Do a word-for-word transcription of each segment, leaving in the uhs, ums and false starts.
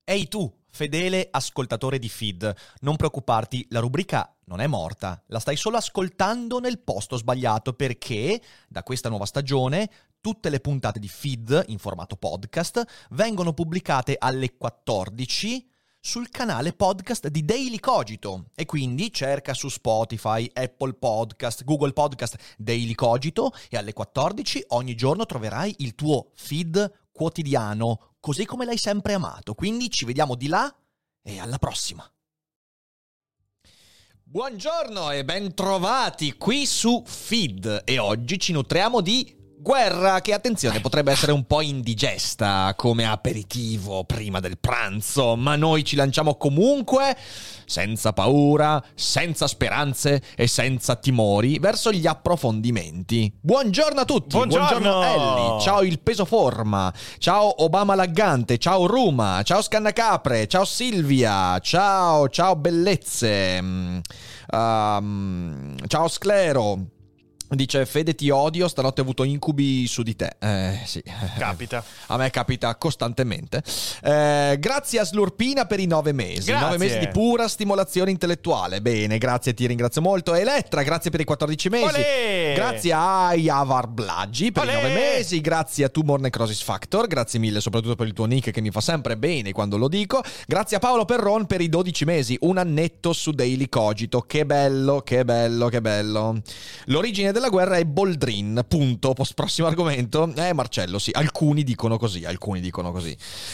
Ehi tu, fedele ascoltatore di Feed, non preoccuparti, la rubrica non è morta, la stai solo ascoltando nel posto sbagliato perché da questa nuova stagione tutte le puntate di Feed in formato podcast vengono pubblicate alle quattordici sul canale podcast di Daily Cogito e quindi cerca su Spotify, Apple Podcast, Google Podcast Daily Cogito e alle quattordici ogni giorno troverai il tuo feed quotidiano, così come l'hai sempre amato. Quindi ci vediamo di là e alla prossima. Buongiorno e ben trovati qui su Feed e oggi ci nutriamo di guerra che, attenzione, potrebbe essere un po' indigesta come aperitivo prima del pranzo, ma noi ci lanciamo comunque senza paura, senza speranze e senza timori verso gli approfondimenti. Buongiorno a tutti. Buongiorno, Buongiorno Ellie, ciao il peso forma, ciao Obama laggante, ciao Ruma, ciao Scannacapre, ciao Silvia, ciao, ciao bellezze, um, ciao Sclero. Dice: Fede, ti odio, stanotte ho avuto incubi su di te. Eh sì, capita. A me capita costantemente. eh, Grazie a Slurpina per i nove mesi. Grazie. Nove mesi di pura stimolazione intellettuale. Bene, grazie, ti ringrazio molto. Elettra, grazie per i quattordici mesi. Olè! Grazie a Iavar Blaggi per Olè! i nove mesi. Grazie a Tumor Necrosis Factor. Grazie mille soprattutto per il tuo nick che mi fa sempre bene quando lo dico. Grazie a Paolo Perron per i dodici mesi. Un annetto su Daily Cogito. Che bello, che bello, che bello. L'origine della guerra è Boldrin, punto. Prossimo argomento. Eh Marcello, sì, alcuni dicono così, alcuni dicono così.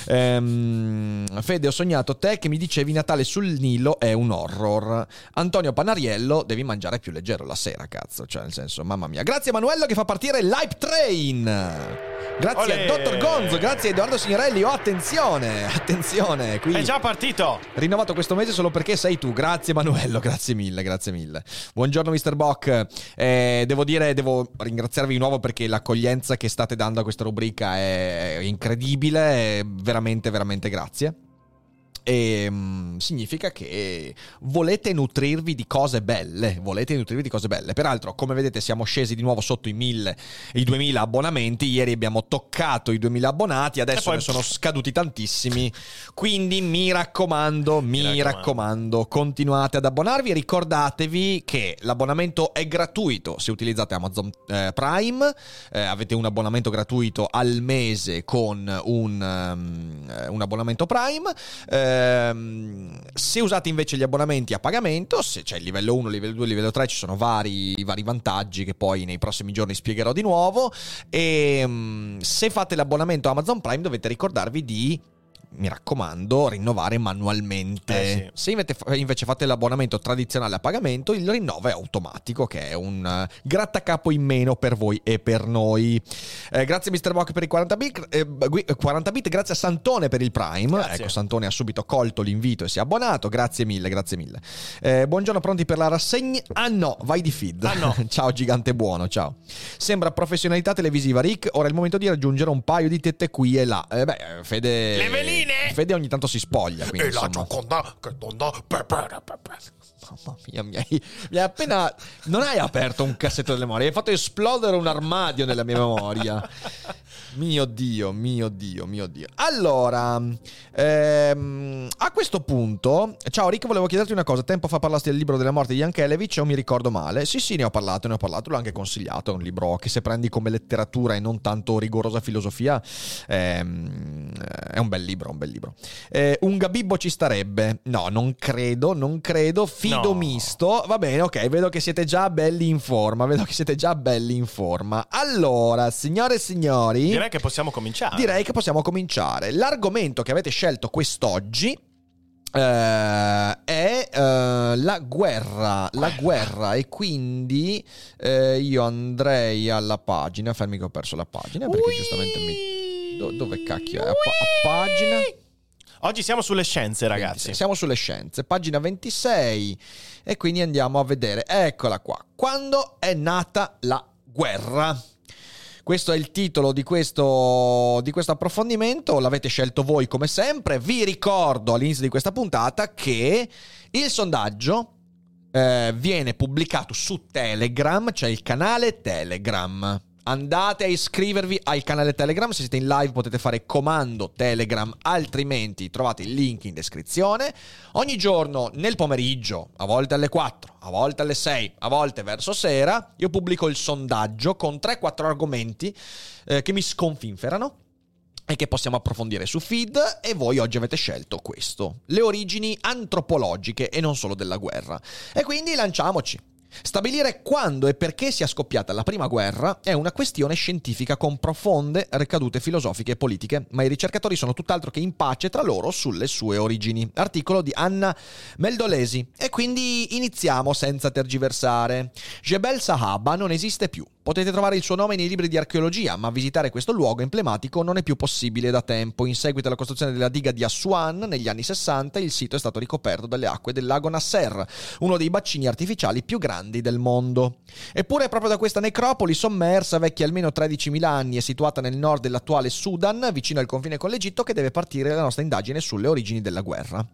ehm, Fede, ho sognato te che mi dicevi Natale sul Nilo è un horror. Antonio Panariello, devi mangiare più leggero la sera, cazzo, cioè nel senso, mamma mia. Grazie a Manuello che fa partire l'Hype Train. Grazie Olè! a Dottor Gonzo, grazie a Edoardo Signorelli. Oh, attenzione, attenzione, qui È già partito. rinnovato questo mese solo perché sei tu. Grazie Manuello, grazie mille, grazie mille. Buongiorno mister Bock. eh, Devo dire, devo ringraziarvi di nuovo perché l'accoglienza che state dando a questa rubrica è incredibile, è veramente, veramente grazie. E um, significa che volete nutrirvi di cose belle, volete nutrirvi di cose belle. Peraltro, come vedete, siamo scesi di nuovo sotto i mille, i duemila abbonamenti. Ieri abbiamo toccato i duemila abbonati, adesso poi... ne sono scaduti tantissimi. Quindi mi raccomando, mi, mi raccomando. raccomando, continuate ad abbonarvi e ricordatevi che l'abbonamento è gratuito se utilizzate Amazon eh, Prime. eh, Avete un abbonamento gratuito al mese con un, um, un abbonamento Prime. eh, Se usate invece gli abbonamenti a pagamento, se c'è il livello uno, livello due, livello tre, ci sono vari, vari vantaggi che poi nei prossimi giorni spiegherò di nuovo. E um, se fate l'abbonamento Amazon Prime dovete ricordarvi di, mi raccomando, rinnovare manualmente. Eh sì. Se invece, invece fate l'abbonamento tradizionale a pagamento, il rinnovo è automatico, che è un uh, grattacapo in meno per voi e per noi. Eh, grazie mister Bock per i quaranta bit, eh, quaranta bit, grazie a Santone per il Prime. Grazie. Ecco, Santone ha subito colto l'invito e si è abbonato. Grazie mille, grazie mille. Eh, buongiorno, pronti per la rassegna? Ah no, vai di feed. Ah no. Ciao gigante buono, ciao. Sembra professionalità televisiva, Rick. Ora è il momento di raggiungere un paio di tette qui e là. Eh, beh, Fede... Le veline! Fede ogni tanto si spoglia, quindi, E la insomma. Gioconda che donda pepe, pepe. Mamma mia, mi hai, mi hai appena... Non hai aperto un cassetto delle memorie, hai fatto esplodere un armadio nella mia memoria. Mio Dio, mio Dio, mio Dio. Allora, ehm, a questo punto, ciao Rick, volevo chiederti una cosa. Tempo fa parlasti del libro della morte di Yankelevich, o mi ricordo male? Sì, sì, ne ho parlato, ne ho parlato, l'ho anche consigliato. È un libro che, se prendi come letteratura e non tanto rigorosa filosofia, ehm, è un bel libro, un bel libro. Eh, un gabibbo ci starebbe? No, non credo, non credo. Fido No. misto. Va bene, ok, vedo che siete già belli in forma, vedo che siete già belli in forma. Allora, signore e signori, Direi che possiamo cominciare. direi che possiamo cominciare. L'argomento che avete scelto quest'oggi Uh, è uh, la guerra, la guerra, e quindi uh, io andrei alla pagina. Fermi che ho perso la pagina perché Ui! giustamente mi... Do- dove cacchio è? A, pa- a pagina Oggi siamo sulle scienze, ragazzi. ventisei. Siamo sulle scienze, pagina ventisei, e quindi andiamo a vedere. Eccola qua. Quando è nata la guerra? Questo è il titolo di questo, di questo approfondimento, l'avete scelto voi come sempre. Vi ricordo all'inizio di questa puntata che il sondaggio eh, viene pubblicato su Telegram, c'è il canale Telegram. andate a iscrivervi al canale Telegram. Se siete in live potete fare comando Telegram, altrimenti trovate il link in descrizione. Ogni giorno nel pomeriggio, a volte alle quattro, a volte alle sei, a volte verso sera, io pubblico il sondaggio con tre quattro argomenti eh, che mi sconfinferano e che possiamo approfondire su feed, e voi oggi avete scelto questo: le origini antropologiche e non solo della guerra. E quindi lanciamoci. Stabilire quando e perché sia scoppiata la prima guerra è una questione scientifica con profonde ricadute filosofiche e politiche, ma i ricercatori sono tutt'altro che in pace tra loro sulle sue origini. Articolo di Anna Meldolesi. E quindi iniziamo senza tergiversare. Jebel Sahaba non esiste più. Potete trovare il suo nome nei libri di archeologia, ma visitare questo luogo emblematico non è più possibile da tempo. In seguito alla costruzione della diga di Aswan negli anni sessanta, il sito è stato ricoperto dalle acque del lago Nasser, uno dei bacini artificiali più grandi del mondo. Eppure proprio da questa necropoli sommersa, vecchia almeno tredicimila anni e situata nel nord dell'attuale Sudan, vicino al confine con l'Egitto, che deve partire la nostra indagine sulle origini della guerra.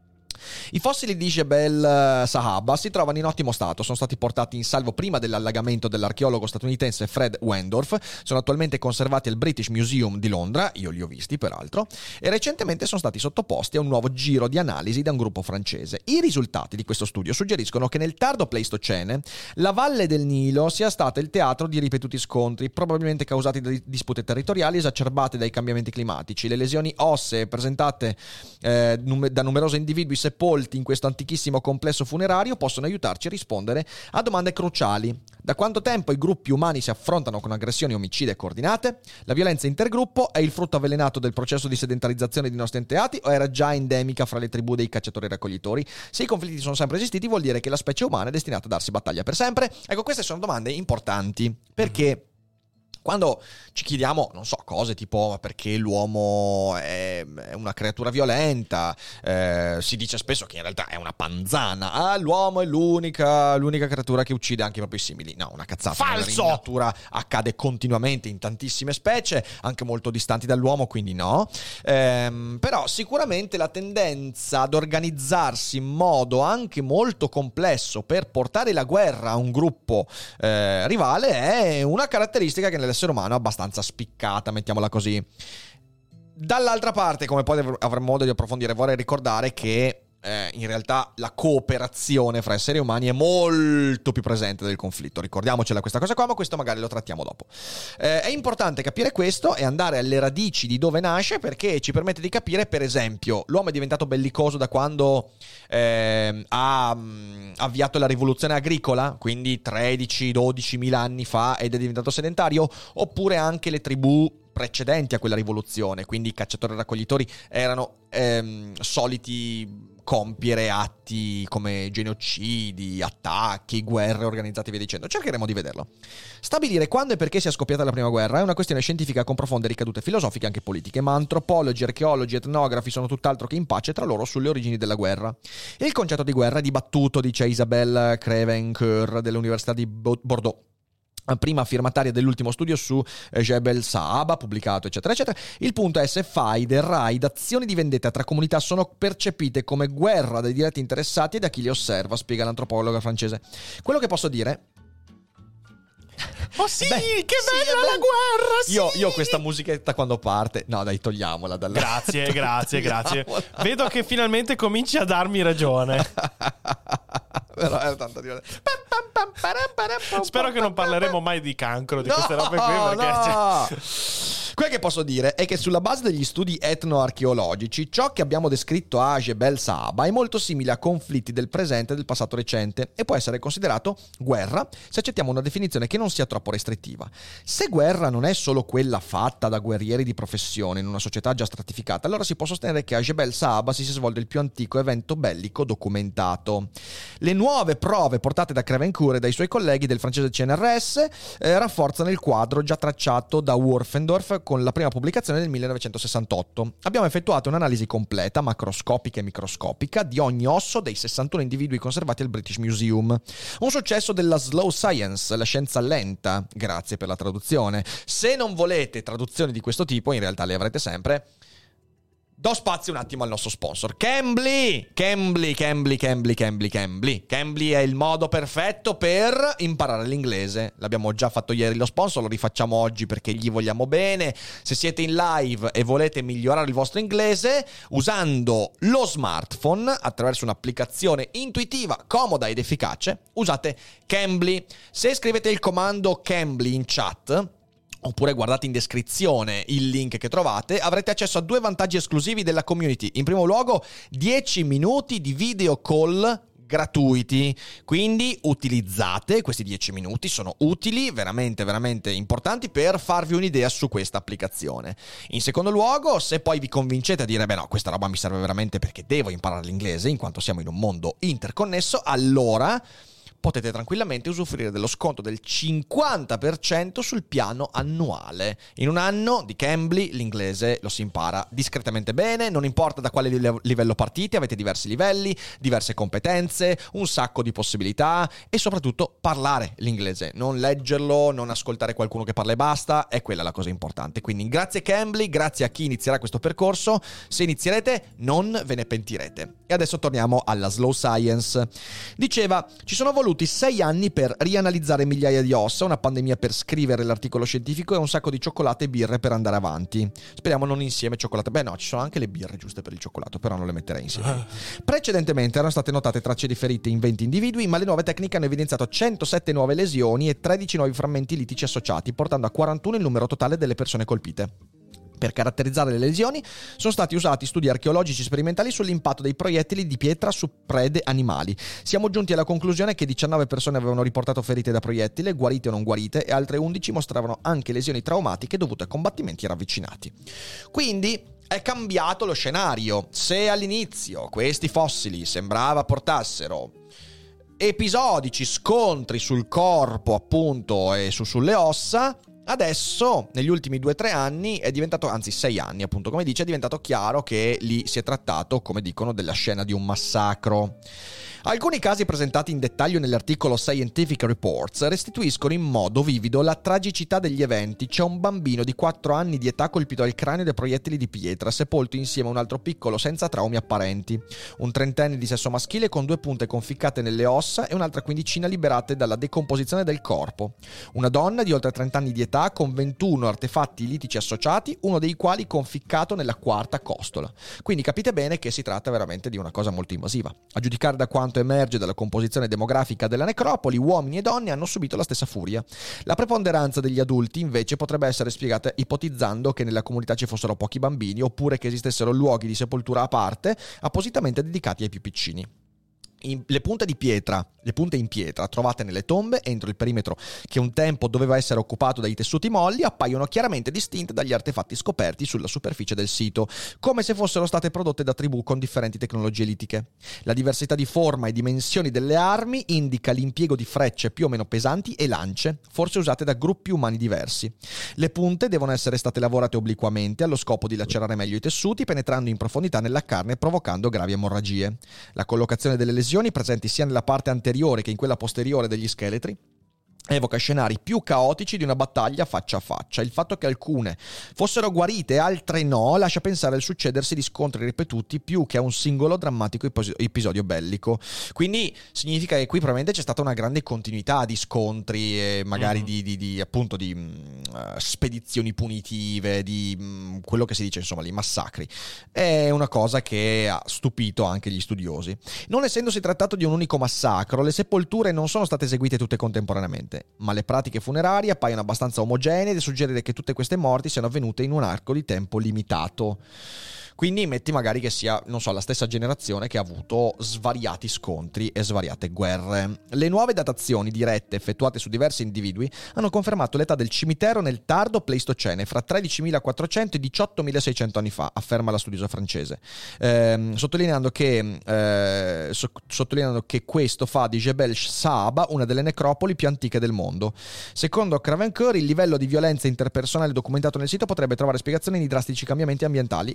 I fossili di Jebel Sahaba si trovano in ottimo stato, sono stati portati in salvo prima dell'allagamento dall'archeologo statunitense Fred Wendorf, sono attualmente conservati al British Museum di Londra, io li ho visti peraltro, e recentemente sono stati sottoposti a un nuovo giro di analisi da un gruppo francese. I risultati di questo studio suggeriscono che nel tardo Pleistocene la valle del Nilo sia stata il teatro di ripetuti scontri, probabilmente causati da dispute territoriali esacerbate dai cambiamenti climatici. Le lesioni ossee presentate eh, num- da numerosi individui sepolti in questo antichissimo complesso funerario possono aiutarci a rispondere a domande cruciali. Da quanto tempo i gruppi umani si affrontano con aggressioni omicide coordinate? La violenza intergruppo è il frutto avvelenato del processo di sedentarizzazione di nostri anteati o era già endemica fra le tribù dei cacciatori e raccoglitori? Se i conflitti sono sempre esistiti, vuol dire che la specie umana è destinata a darsi battaglia per sempre? Ecco, queste sono domande importanti, perché quando ci chiediamo, non so, cose tipo ma perché l'uomo è una creatura violenta, eh, si dice spesso che in realtà è una panzana. Ah, l'uomo è l'unica, l'unica creatura che uccide anche i propri simili. No, una cazzata. Falso! In natura accade continuamente in tantissime specie, anche molto distanti dall'uomo, quindi no. Ehm, però sicuramente la tendenza ad organizzarsi in modo anche molto complesso per portare la guerra a un gruppo eh, rivale è una caratteristica che nelle essere umano abbastanza spiccata, mettiamola così. Dall'altra parte, come poi avremo modo di approfondire, vorrei ricordare che eh, in realtà la cooperazione fra esseri umani è molto più presente del conflitto. Ricordiamocela questa cosa qua, ma questo magari lo trattiamo dopo. Eh, è importante capire questo e andare alle radici di dove nasce, perché ci permette di capire, per esempio, l'uomo è diventato bellicoso da quando eh, ha mh, avviato la rivoluzione agricola, quindi tredici dodici mila anni fa, ed è diventato sedentario, oppure anche le tribù precedenti a quella rivoluzione, quindi i cacciatori e raccoglitori erano ehm, soliti compiere atti come genocidi, attacchi, guerre organizzate e via dicendo. Cercheremo di vederlo. Stabilire quando e perché sia scoppiata la prima guerra è una questione scientifica con profonde ricadute filosofiche e anche politiche, ma antropologi, archeologi, etnografi sono tutt'altro che in pace tra loro sulle origini della guerra. Il concetto di guerra è dibattuto, dice Isabelle Crevecoeur dell'Università di Bordeaux, prima firmataria dell'ultimo studio su Jebel Sahaba, pubblicato eccetera eccetera. Il punto è se faide, raid, azioni di vendetta tra comunità sono percepite come guerra dai diretti interessati e da chi li osserva, spiega l'antropologa francese. Quello che posso dire... Oh sì, Beh, che sì, bella la guerra, sì! Io, io questa musichetta quando parte... No dai, togliamola dalla... Grazie, grazie, grazie. Vedo che finalmente cominci a darmi ragione. Però è tanto divertente. Spero che non parleremo mai di cancro, di no, queste robe qui, perché... no. Quel che posso dire è che sulla base degli studi etnoarcheologici, ciò che abbiamo descritto a Jebel Sahaba è molto simile a conflitti del presente e del passato recente e può essere considerato guerra se accettiamo una definizione che non sia troppo restrittiva. Se guerra non è solo quella fatta da guerrieri di professione in una società già stratificata, allora si può sostenere che a Jebel Sahaba si sia svolto il più antico evento bellico documentato. Le nuove prove portate da Crevecoeur e dai suoi colleghi del francese C N R S eh, rafforzano il quadro già tracciato da Wurfendorf con la prima pubblicazione del millenovecentosessantotto. Abbiamo effettuato un'analisi completa, macroscopica e microscopica, di ogni osso dei sessantuno individui conservati al British Museum. Un successo della slow science, la scienza lenta. Grazie per la traduzione. Se non volete traduzioni di questo tipo, in realtà le avrete sempre. do spazio un attimo al nostro sponsor Cambly. Cambly, Cambly, Cambly, Cambly, Cambly. Cambly è il modo perfetto per imparare l'inglese. L'abbiamo già fatto ieri lo sponsor, lo rifacciamo oggi perché gli vogliamo bene. Se siete in live e volete migliorare il vostro inglese usando lo smartphone attraverso un'applicazione intuitiva, comoda ed efficace, usate Cambly. Se scrivete il comando Cambly in chat, oppure guardate in descrizione il link che trovate, avrete accesso a due vantaggi esclusivi della community. In primo luogo, dieci minuti di video call gratuiti. Quindi utilizzate questi dieci minuti, sono utili, veramente veramente importanti per farvi un'idea su questa applicazione. In secondo luogo, se poi vi convincete a dire beh no, questa roba mi serve veramente perché devo imparare l'inglese in quanto siamo in un mondo interconnesso, allora potete tranquillamente usufruire dello sconto del cinquanta per cento sul piano annuale. In un anno di Cambly l'inglese lo si impara discretamente bene, non importa da quale livello partite, avete diversi livelli, diverse competenze, un sacco di possibilità e soprattutto parlare l'inglese, non leggerlo, non ascoltare qualcuno che parla e basta, è quella la cosa importante. Quindi grazie Cambly, grazie a chi inizierà questo percorso, se inizierete non ve ne pentirete. E adesso torniamo alla Slow Science. Diceva, ci sono voluti sei anni per rianalizzare migliaia di ossa, una pandemia per scrivere l'articolo scientifico e un sacco di cioccolate e birre per andare avanti. Speriamo non insieme cioccolate. Beh no, ci sono anche le birre giuste per il cioccolato, però non le metterei insieme. Precedentemente erano state notate tracce di ferite in venti individui, ma le nuove tecniche hanno evidenziato centosette nuove lesioni e tredici nuovi frammenti litici associati, portando a quarantuno il numero totale delle persone colpite. Per caratterizzare le lesioni sono stati usati studi archeologici sperimentali sull'impatto dei proiettili di pietra su prede animali. Siamo giunti alla conclusione che diciannove persone avevano riportato ferite da proiettile, guarite o non guarite, e altre undici mostravano anche lesioni traumatiche dovute a combattimenti ravvicinati. Quindi è cambiato lo scenario. Se all'inizio questi fossili sembrava portassero episodici scontri sul corpo, appunto, e su, sulle ossa, adesso, negli ultimi due o tre anni, è diventato, anzi sei anni appunto, come dice, è diventato chiaro che lì si è trattato, come dicono, della scena di un massacro. Alcuni casi presentati in dettaglio nell'articolo Scientific Reports restituiscono in modo vivido la tragicità degli eventi. C'è un bambino di quattro anni di età colpito al cranio da proiettili di pietra, sepolto insieme a un altro piccolo senza traumi apparenti. Un trentenne di sesso maschile con due punte conficcate nelle ossa e un'altra quindicina liberate dalla decomposizione del corpo. Una donna di oltre trenta anni di età con ventuno artefatti litici associati, uno dei quali conficcato nella quarta costola. Quindi capite bene che si tratta veramente di una cosa molto invasiva. A giudicare da quanto emerge dalla composizione demografica della necropoli, uomini e donne hanno subito la stessa furia. La preponderanza degli adulti invece potrebbe essere spiegata ipotizzando che nella comunità ci fossero pochi bambini oppure che esistessero luoghi di sepoltura a parte appositamente dedicati ai più piccini. In, le punte di pietra, le punte in pietra trovate nelle tombe entro il perimetro che un tempo doveva essere occupato dai tessuti molli appaiono chiaramente distinte dagli artefatti scoperti sulla superficie del sito, come se fossero state prodotte da tribù con differenti tecnologie litiche. La diversità di forma e dimensioni delle armi indica l'impiego di frecce più o meno pesanti e lance, forse usate da gruppi umani diversi. Le punte devono essere state lavorate obliquamente allo scopo di lacerare meglio i tessuti, penetrando in profondità nella carne e provocando gravi emorragie. La collocazione delle lesioni presenti sia nella parte anteriore che in quella posteriore degli scheletri evoca scenari più caotici di una battaglia faccia a faccia. Il fatto che alcune fossero guarite e altre no lascia pensare al succedersi di scontri ripetuti più che a un singolo drammatico episodio bellico. Quindi significa che qui probabilmente c'è stata una grande continuità di scontri e magari mm. di, di, di appunto di uh, spedizioni punitive, di um, quello che si dice insomma di massacri. È una cosa che ha stupito anche gli studiosi. Non essendosi trattato di un unico massacro, le sepolture non sono state eseguite tutte contemporaneamente, ma le pratiche funerarie appaiono abbastanza omogenee e suggerire che tutte queste morti siano avvenute in un arco di tempo limitato. Quindi metti magari che sia, non so, la stessa generazione che ha avuto svariati scontri e svariate guerre. Le nuove datazioni dirette effettuate su diversi individui hanno confermato l'età del cimitero nel tardo Pleistocene, fra tredicimilaquattrocento e diciottomilaseicento anni fa, afferma la studiosa francese, ehm, sottolineando, che, eh, so, sottolineando che questo fa di Jebel Saaba una delle necropoli più antiche del mondo. Secondo Cravencoeur, il livello di violenza interpersonale documentato nel sito potrebbe trovare spiegazioni di drastici cambiamenti ambientali che hanno interessato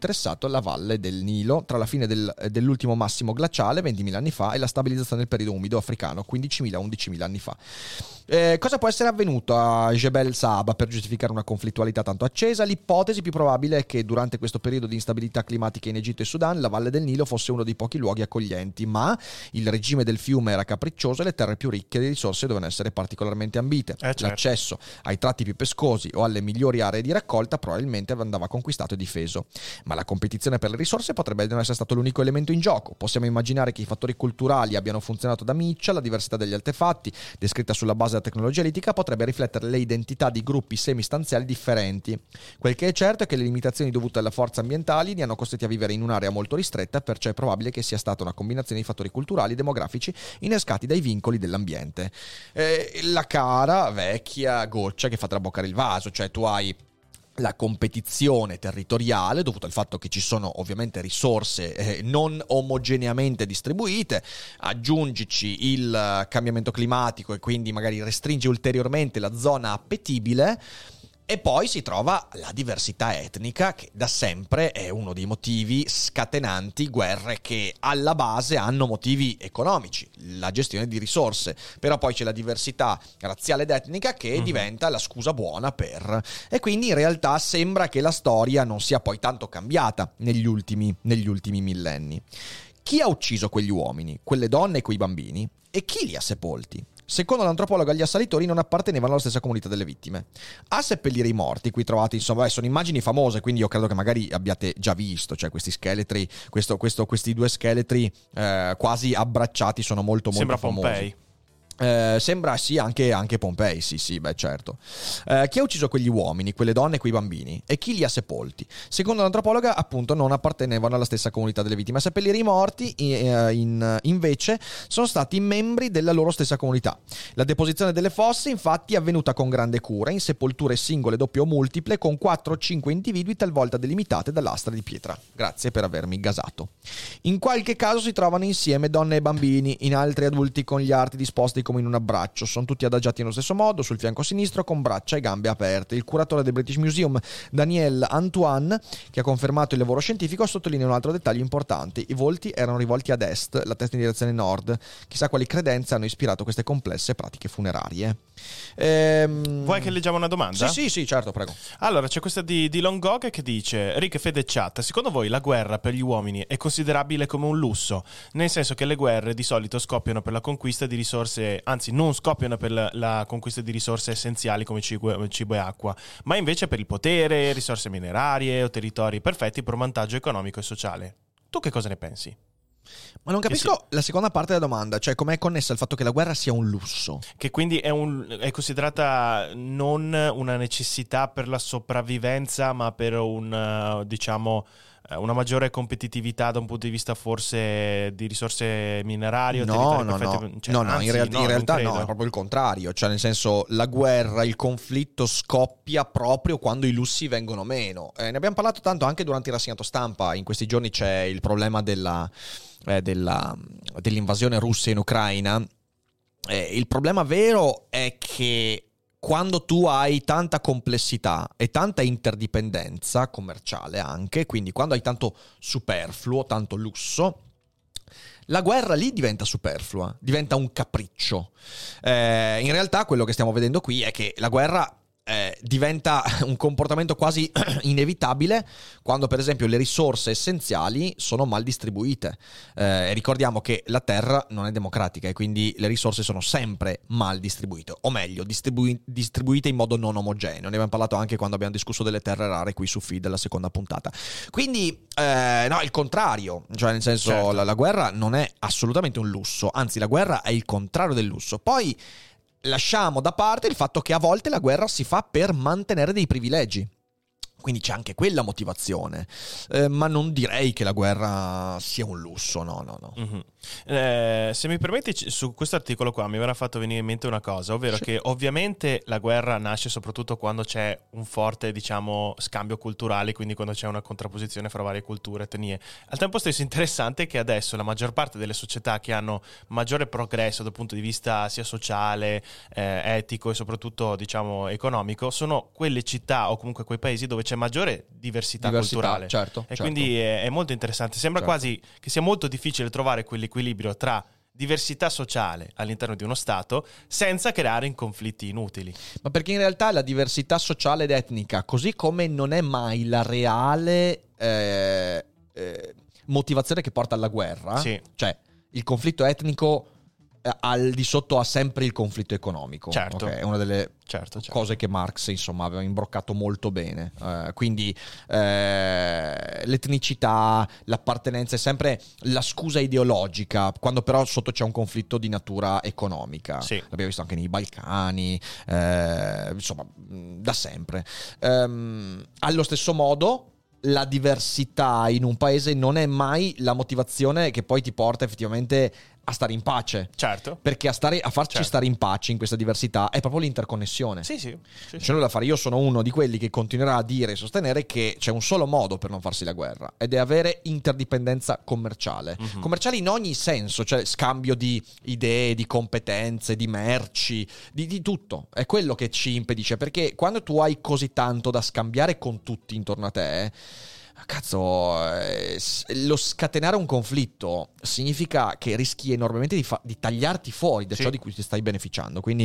interessato la valle del Nilo tra la fine del, dell'ultimo massimo glaciale ventimila anni fa e la stabilizzazione del periodo umido africano quindicimila undicimila anni fa. Eh, cosa può essere avvenuto a Jebel Saba per giustificare una conflittualità tanto accesa? L'ipotesi più probabile è che durante questo periodo di instabilità climatica in Egitto e Sudan la valle del Nilo fosse uno dei pochi luoghi accoglienti, ma il regime del fiume era capriccioso e le terre più ricche di risorse dovevano essere particolarmente ambite. Eh, certo. L'accesso ai tratti più pescosi o alle migliori aree di raccolta probabilmente andava conquistato e difeso, ma la competizione per le risorse potrebbe non essere stato l'unico elemento in gioco. Possiamo immaginare che i fattori culturali abbiano funzionato da miccia, la diversità degli artefatti descritta sulla base della tecnologia litica potrebbe riflettere le identità di gruppi semistanziali differenti. Quel che è certo è che le limitazioni dovute alle forze ambientali li hanno costretti a vivere in un'area molto ristretta, perciò è probabile che sia stata una combinazione di fattori culturali e demografici innescati dai vincoli dell'ambiente. Eh, la cara vecchia goccia che fa traboccare il vaso, cioè tu hai la competizione territoriale dovuta al fatto che ci sono ovviamente risorse eh, non omogeneamente distribuite, aggiungici il cambiamento climatico e quindi magari restringe ulteriormente la zona appetibile. E poi si trova la diversità etnica, che da sempre è uno dei motivi scatenanti guerre che alla base hanno motivi economici, la gestione di risorse. Però poi c'è la diversità razziale ed etnica che mm-hmm. diventa la scusa buona per... E quindi in realtà sembra che la storia non sia poi tanto cambiata negli ultimi, negli ultimi millenni. Chi ha ucciso quegli uomini, quelle donne e quei bambini? E chi li ha sepolti? Secondo l'antropologa, gli assalitori non appartenevano alla stessa comunità delle vittime. A seppellire i morti, qui trovate, insomma, beh, sono immagini famose, quindi io credo che magari abbiate già visto, cioè questi scheletri, questo, questo, questi due scheletri eh, quasi abbracciati sono molto molto Sembra famosi. Pompei. Eh, sembra sì anche, anche Pompei, sì sì, beh certo. Eh, chi ha ucciso quegli uomini, quelle donne e quei bambini? E chi li ha sepolti? Secondo l'antropologa appunto non appartenevano alla stessa comunità delle vittime. A seppellire i morti in, in, invece sono stati membri della loro stessa comunità. La deposizione delle fosse infatti è avvenuta con grande cura in sepolture singole, doppie o multiple, con quattro o cinque individui talvolta delimitate da lastre di pietra. Grazie per avermi gasato. In qualche caso si trovano insieme donne e bambini, in altri adulti con gli arti disposti come in un abbraccio. Sono tutti adagiati nello stesso modo, sul fianco sinistro, con braccia e gambe aperte. Il curatore del British Museum, Daniel Antoine, che ha confermato il lavoro scientifico, sottolinea un altro dettaglio importante: i volti erano rivolti ad est, la testa in direzione nord. Chissà quali credenze hanno ispirato queste complesse pratiche funerarie. Ehm... Vuoi che leggiamo una domanda? Sì, sì, sì, certo, prego. Allora, c'è questa di, di Longog che dice: Rick, Fede, chat, secondo voi la guerra per gli uomini è considerabile come un lusso? Nel senso che le guerre di solito scoppiano per la conquista di risorse, anzi non scoppiano per la, la conquista di risorse essenziali come cibo, cibo e acqua, ma invece per il potere, risorse minerarie o territori perfetti per un vantaggio economico e sociale. Tu che cosa ne pensi? Ma non capisco sì. la seconda parte della domanda, cioè com'è connessa al fatto che la guerra sia un lusso. Che quindi è, un, è considerata non una necessità per la sopravvivenza, ma per un, diciamo, una maggiore competitività da un punto di vista forse di risorse minerarie o no, territori no, perfetti. no, cioè, no, no, anzi, in, real- no, in realtà non no, è proprio il contrario, cioè nel senso la guerra, il conflitto scoppia proprio quando i lussi vengono meno. Eh, ne abbiamo parlato tanto anche durante il rassegnato stampa, in questi giorni c'è il problema della, eh, della, dell'invasione russa in Ucraina. Eh, il problema vero è che quando tu hai tanta complessità e tanta interdipendenza commerciale anche, quindi quando hai tanto superfluo, tanto lusso, la guerra lì diventa superflua, diventa un capriccio. Eh, in realtà quello che stiamo vedendo qui è che la guerra eh, diventa un comportamento quasi inevitabile quando per esempio le risorse essenziali sono mal distribuite. Eh, ricordiamo che la terra non è democratica e quindi le risorse sono sempre mal distribuite, o meglio distribu- distribuite in modo non omogeneo. Ne abbiamo parlato anche quando abbiamo discusso delle terre rare qui su Feed, la seconda puntata. Quindi eh, no, il contrario, cioè nel senso certo. la, la guerra non è assolutamente un lusso, anzi la guerra è il contrario del lusso. Poi lasciamo da parte il fatto che a volte la guerra si fa per mantenere dei privilegi. Quindi c'è anche quella motivazione, eh, ma non direi che la guerra sia un lusso, no, no, no. Mm-hmm. Eh, se mi permetti, su questo articolo qua mi verrà fatto venire in mente una cosa, ovvero sì. che ovviamente la guerra nasce soprattutto quando c'è un forte, diciamo, scambio culturale, quindi quando c'è una contrapposizione fra varie culture, etnie. Al tempo stesso interessante che adesso la maggior parte delle società che hanno maggiore progresso dal punto di vista sia sociale, eh, etico e soprattutto, diciamo, economico, sono quelle città o comunque quei paesi dove c'è maggiore diversità, Diversità, culturale. certo, e certo. quindi è, è molto interessante. Sembra Certo. quasi che sia molto difficile trovare quell'equilibrio tra diversità sociale all'interno di uno Stato senza creare conflitti inutili. Ma perché in realtà la diversità sociale ed etnica, così come non è mai la reale eh, eh, motivazione che porta alla guerra, Sì. cioè il conflitto etnico eh, al di sotto ha sempre il conflitto economico. Certo. Ok? È una delle Certo, certo. cose che Marx insomma aveva imbroccato molto bene. Eh, quindi eh, l'etnicità, l'appartenenza è sempre la scusa ideologica, quando però sotto c'è un conflitto di natura economica. Sì. L'abbiamo visto anche nei Balcani, eh, insomma, mh, da sempre. Ehm, allo stesso modo, la diversità in un paese non è mai la motivazione che poi ti porta effettivamente a stare in pace. Certo. Perché a, stare, a farci Certo. stare in pace in questa diversità è proprio l'interconnessione. Sì, sì. sì, sì. C'è nulla da fare. Io sono uno di quelli che continuerà a dire e sostenere che c'è un solo modo per non farsi la guerra, ed è avere interdipendenza commerciale. Mhm. Commerciale in ogni senso, cioè scambio di idee, di competenze, di merci, di, di tutto. È quello che ci impedisce, perché quando tu hai così tanto da scambiare con tutti intorno a te, cazzo, eh, s- lo scatenare un conflitto significa che rischi enormemente di, fa- di tagliarti fuori da Sì. ciò di cui ti stai beneficiando. Quindi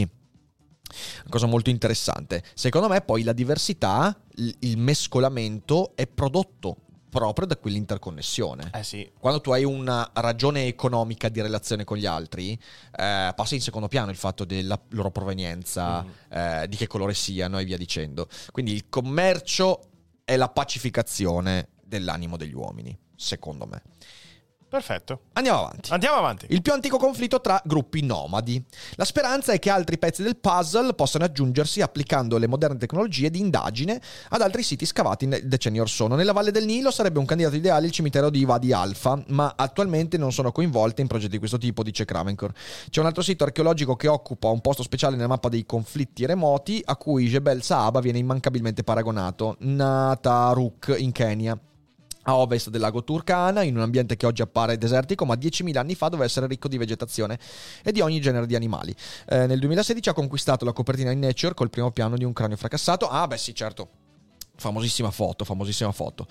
una cosa molto interessante. Secondo me poi la diversità, il il mescolamento è prodotto proprio da quell'interconnessione. Eh sì. Quando tu hai una ragione economica di relazione con gli altri, eh, passa in secondo piano il fatto della loro provenienza, Mhm. eh, di che colore siano e via dicendo. Quindi il commercio è la pacificazione dell'animo degli uomini, secondo me. Perfetto. Andiamo avanti. Andiamo avanti. Il più antico conflitto tra gruppi nomadi. La speranza è che altri pezzi del puzzle possano aggiungersi applicando le moderne tecnologie di indagine ad altri siti scavati nel decenni or sono. Nella Valle del Nilo sarebbe un candidato ideale il cimitero di Wadi Alfa, ma attualmente non sono coinvolte in progetti di questo tipo, dice Kravenkor. C'è un altro sito archeologico che occupa un posto speciale nella mappa dei conflitti remoti, a cui Jebel Saaba viene immancabilmente paragonato, Nataruk in Kenya, a ovest del lago Turkana, in un ambiente che oggi appare desertico, ma diecimila anni fa doveva essere ricco di vegetazione e di ogni genere di animali. Eh, nel duemilasedici ha conquistato la copertina in Nature col primo piano di un cranio fracassato. Ah, beh sì, certo. Famosissima foto, famosissima foto.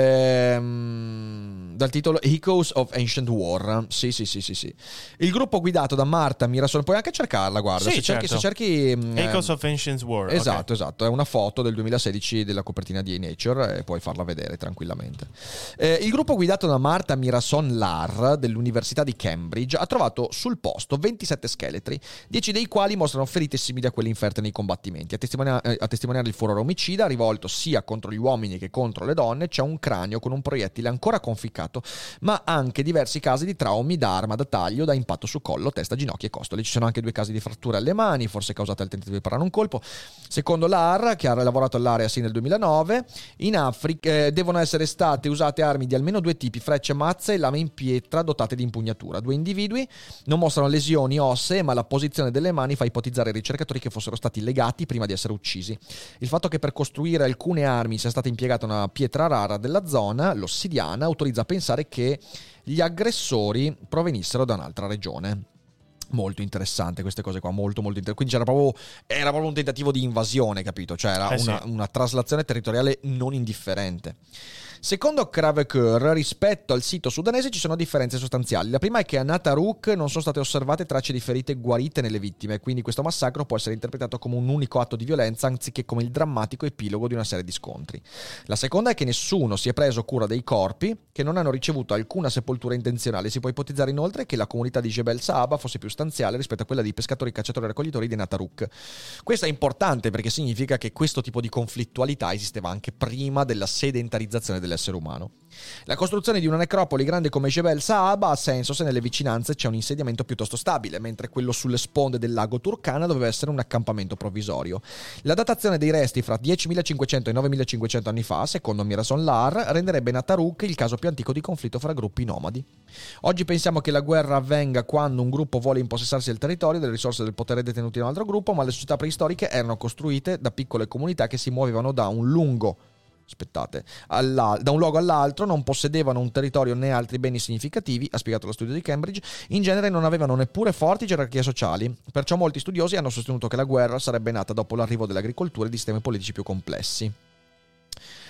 Ehm, dal titolo Echoes of Ancient War. Sì, sì, sì, sì, sì. Il gruppo guidato da Marta Mirason, puoi anche cercarla, guarda. Sì, se cerchi, certo. se cerchi mm, Echoes ehm, of Ancient War. Esatto, esatto, è una foto del duemilasedici della copertina di Nature e puoi farla vedere tranquillamente. Eh, il gruppo guidato da Marta Mirason Lar dell'Università di Cambridge ha trovato sul posto ventisette scheletri, dieci dei quali mostrano ferite simili a quelle inferte nei combattimenti. A, testimonia- eh, a testimoniare il furore omicida rivolto sia contro gli uomini che contro le donne c'è un cranio con un proiettile ancora conficcato, ma anche diversi casi di traumi da arma da taglio, da impatto su collo, testa, ginocchia e costole. Ci sono anche due casi di fratture alle mani, forse causate al tentativo di parare un colpo. Secondo l'A R, che ha lavorato all'area sì nel duemilanove, in Africa eh, devono essere state usate armi di almeno due tipi, frecce, mazze e lame in pietra dotate di impugnatura. Due individui non mostrano lesioni ossee, ma la posizione delle mani fa ipotizzare ai ricercatori che fossero stati legati prima di essere uccisi. Il fatto che per costruire alcune armi sia stata impiegata una pietra rara della zona, l'ossidiana, autorizza a pensare che gli aggressori provenissero da un'altra regione. Molto interessante queste cose qua, molto molto interessante. Quindi c'era proprio, era proprio un tentativo di invasione, capito? Cioè era Eh sì. una, una traslazione territoriale non indifferente. Secondo Kraveker, rispetto al sito sudanese ci sono differenze sostanziali. La prima è che a Nataruk non sono state osservate tracce di ferite guarite nelle vittime, quindi questo massacro può essere interpretato come un unico atto di violenza anziché come il drammatico epilogo di una serie di scontri. La seconda è che nessuno si è preso cura dei corpi, che non hanno ricevuto alcuna sepoltura intenzionale. Si può ipotizzare inoltre che la comunità di Jebel Saaba fosse più stanziale rispetto a quella di pescatori, cacciatori e raccoglitori di Nataruk. Questo è importante perché significa che questo tipo di conflittualità esisteva anche prima della sedentarizzazione dell'essere umano. La costruzione di una necropoli grande come Jebel Saaba ha senso se nelle vicinanze c'è un insediamento piuttosto stabile, mentre quello sulle sponde del lago Turkana doveva essere un accampamento provvisorio. La datazione dei resti fra diecimilacinquecento e novemilacinquecento anni fa, secondo Mirason Lar, renderebbe Nataruk il caso più antico di conflitto fra gruppi nomadi. Oggi pensiamo che la guerra avvenga quando un gruppo vuole impossessarsi del territorio, delle risorse del potere detenute in un altro gruppo, ma le società preistoriche erano costruite da piccole comunità che si muovevano da un lungo Aspettate, alla, da un luogo all'altro, non possedevano un territorio né altri beni significativi, ha spiegato lo studio di Cambridge, in genere non avevano neppure forti gerarchie sociali, perciò molti studiosi hanno sostenuto che la guerra sarebbe nata dopo l'arrivo dell'agricoltura e di sistemi politici più complessi.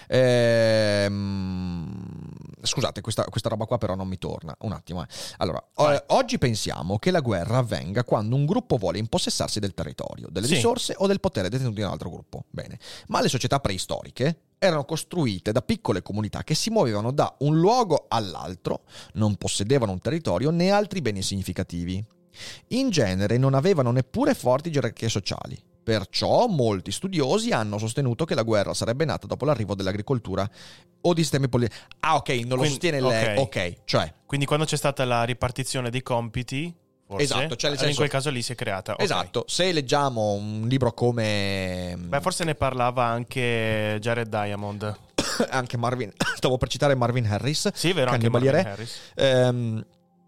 Ehm, scusate, questa, questa roba qua però non mi torna. Un attimo. Eh. Allora, o- oggi pensiamo che la guerra avvenga quando un gruppo vuole impossessarsi del territorio, delle Sì. risorse o del potere detenuto in un altro gruppo. Bene. Ma le società preistoriche erano costruite da piccole comunità che si muovevano da un luogo all'altro, non possedevano un territorio né altri beni significativi. In genere non avevano neppure forti gerarchie sociali. Perciò molti studiosi hanno sostenuto che la guerra sarebbe nata dopo l'arrivo dell'agricoltura o di sistemi politici. Ah, ok, non lo Quindi- sostiene lei. ok. Ok, cioè... Quindi quando c'è stata la ripartizione dei compiti, forse, Esatto, cioè nel in senso- quel caso lì si è creata. ok. Esatto, se leggiamo un libro come... Beh, forse ne parlava anche Jared Diamond. anche Marvin... Stavo per citare Marvin Harris. Sì, vero, anche Cannibali Marvin Re. Harris. Ehm,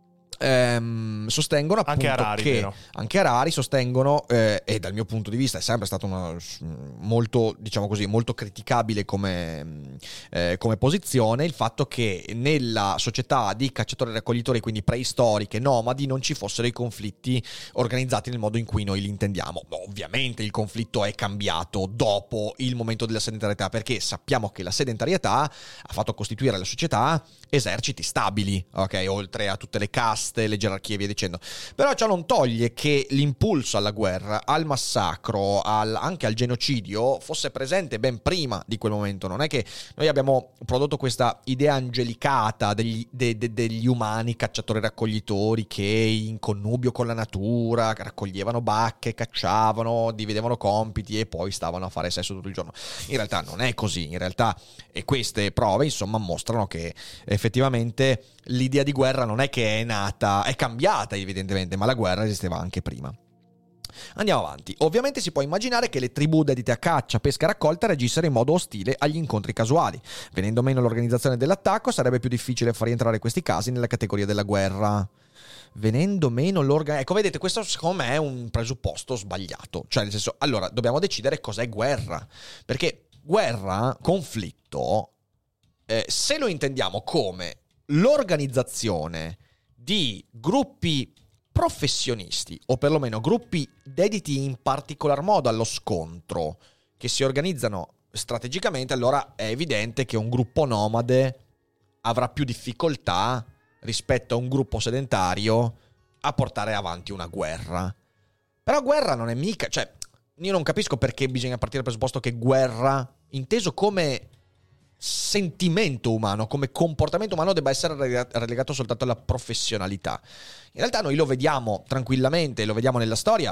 ehm, sostengono appunto Anche Harari, che vero. anche Harari sostengono eh, e dal mio punto di vista è sempre stato una, molto, diciamo così, molto criticabile come, eh, come posizione il fatto che nella società di cacciatori e raccoglitori, quindi preistoriche, nomadi, non ci fossero i conflitti organizzati nel modo in cui noi li intendiamo. Ovviamente il conflitto è cambiato dopo il momento della sedentarietà, perché sappiamo che la sedentarietà ha fatto costituire la società eserciti stabili, ok, oltre a tutte le caste, le gerarchie e via dicendo. Però ciò non toglie che l'impulso alla guerra, al massacro, al, anche al genocidio fosse presente ben prima di quel momento. Non è che noi abbiamo prodotto questa idea angelicata degli, de, de, degli umani cacciatori raccoglitori che in connubio con la natura raccoglievano bacche, cacciavano, dividevano compiti e poi stavano a fare sesso tutto il giorno. In realtà non è così, in realtà, e queste prove insomma mostrano che effettivamente l'idea di guerra non è che è nata, è cambiata evidentemente, ma la guerra esisteva anche prima. Andiamo avanti. Ovviamente si può immaginare che le tribù dedite a caccia, pesca e raccolta reagissero in modo ostile agli incontri casuali. Venendo meno l'organizzazione dell'attacco, sarebbe più difficile far rientrare questi casi nella categoria della guerra. Venendo meno l'organizzazione... Ecco, vedete, questo secondo me è un presupposto sbagliato. Cioè, nel senso, allora, dobbiamo decidere cos'è guerra. Perché guerra, conflitto... Eh, se lo intendiamo come l'organizzazione di gruppi professionisti o perlomeno gruppi dediti in particolar modo allo scontro che si organizzano strategicamente, allora è evidente che un gruppo nomade avrà più difficoltà rispetto a un gruppo sedentario a portare avanti una guerra. Però guerra non è mica, cioè io non capisco perché bisogna partire dal presupposto che guerra, inteso come sentimento umano, come comportamento umano, debba essere relegato soltanto alla professionalità. In realtà noi lo vediamo tranquillamente, lo vediamo nella storia.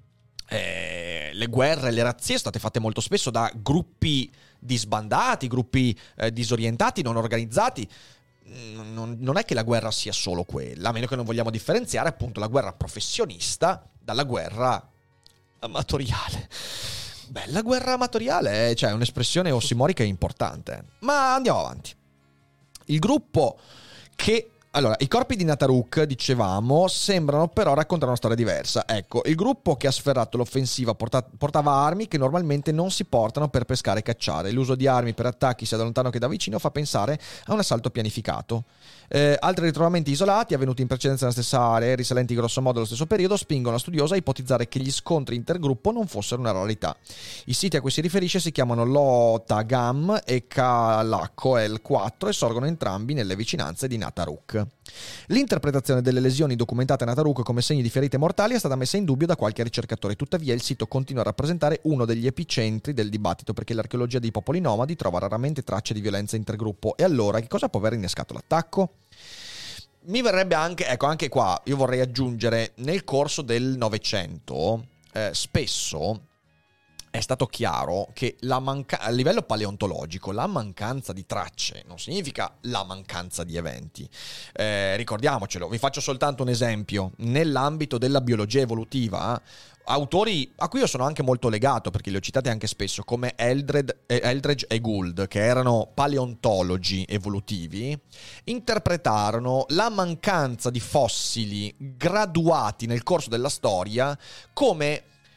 Eh, le guerre, le razzie sono state fatte molto spesso da gruppi disbandati, gruppi eh, disorientati, non organizzati. Non, non è che la guerra sia solo quella, a meno che non vogliamo differenziare appunto la guerra professionista dalla guerra amatoriale. Beh, la guerra amatoriale è, cioè, un'espressione ossimorica importante. Ma andiamo avanti. Il gruppo che... Allora, i corpi di Nataruk, dicevamo, sembrano però raccontare una storia diversa. Ecco, il gruppo che ha sferrato l'offensiva porta- portava armi che normalmente non si portano per pescare e cacciare. L'uso di armi per attacchi sia da lontano che da vicino fa pensare a un assalto pianificato. Eh, altri ritrovamenti isolati, avvenuti in precedenza nella stessa area, risalenti grosso modo allo stesso periodo, spingono la studiosa a ipotizzare che gli scontri intergruppo non fossero una rarità. I siti a cui si riferisce si chiamano Lotagam e Kalako L quattro e sorgono entrambi nelle vicinanze di Nataruk. L'interpretazione delle lesioni documentate a Nataruk come segni di ferite mortali è stata messa in dubbio da qualche ricercatore, tuttavia il sito continua a rappresentare uno degli epicentri del dibattito perché l'archeologia dei popoli nomadi trova raramente tracce di violenza intergruppo. E allora che cosa può aver innescato l'attacco? Mi verrebbe anche, ecco, anche qua io vorrei aggiungere, nel corso del Novecento eh, spesso è stato chiaro che la manca- a livello paleontologico la mancanza di tracce non significa la mancanza di eventi. Eh, ricordiamocelo, vi faccio soltanto un esempio. Nell'ambito della biologia evolutiva, autori a cui io sono anche molto legato, perché li ho citati anche spesso, come Eldred, Eldredge e Gould, che erano paleontologi evolutivi, interpretarono la mancanza di fossili graduati nel corso della storia come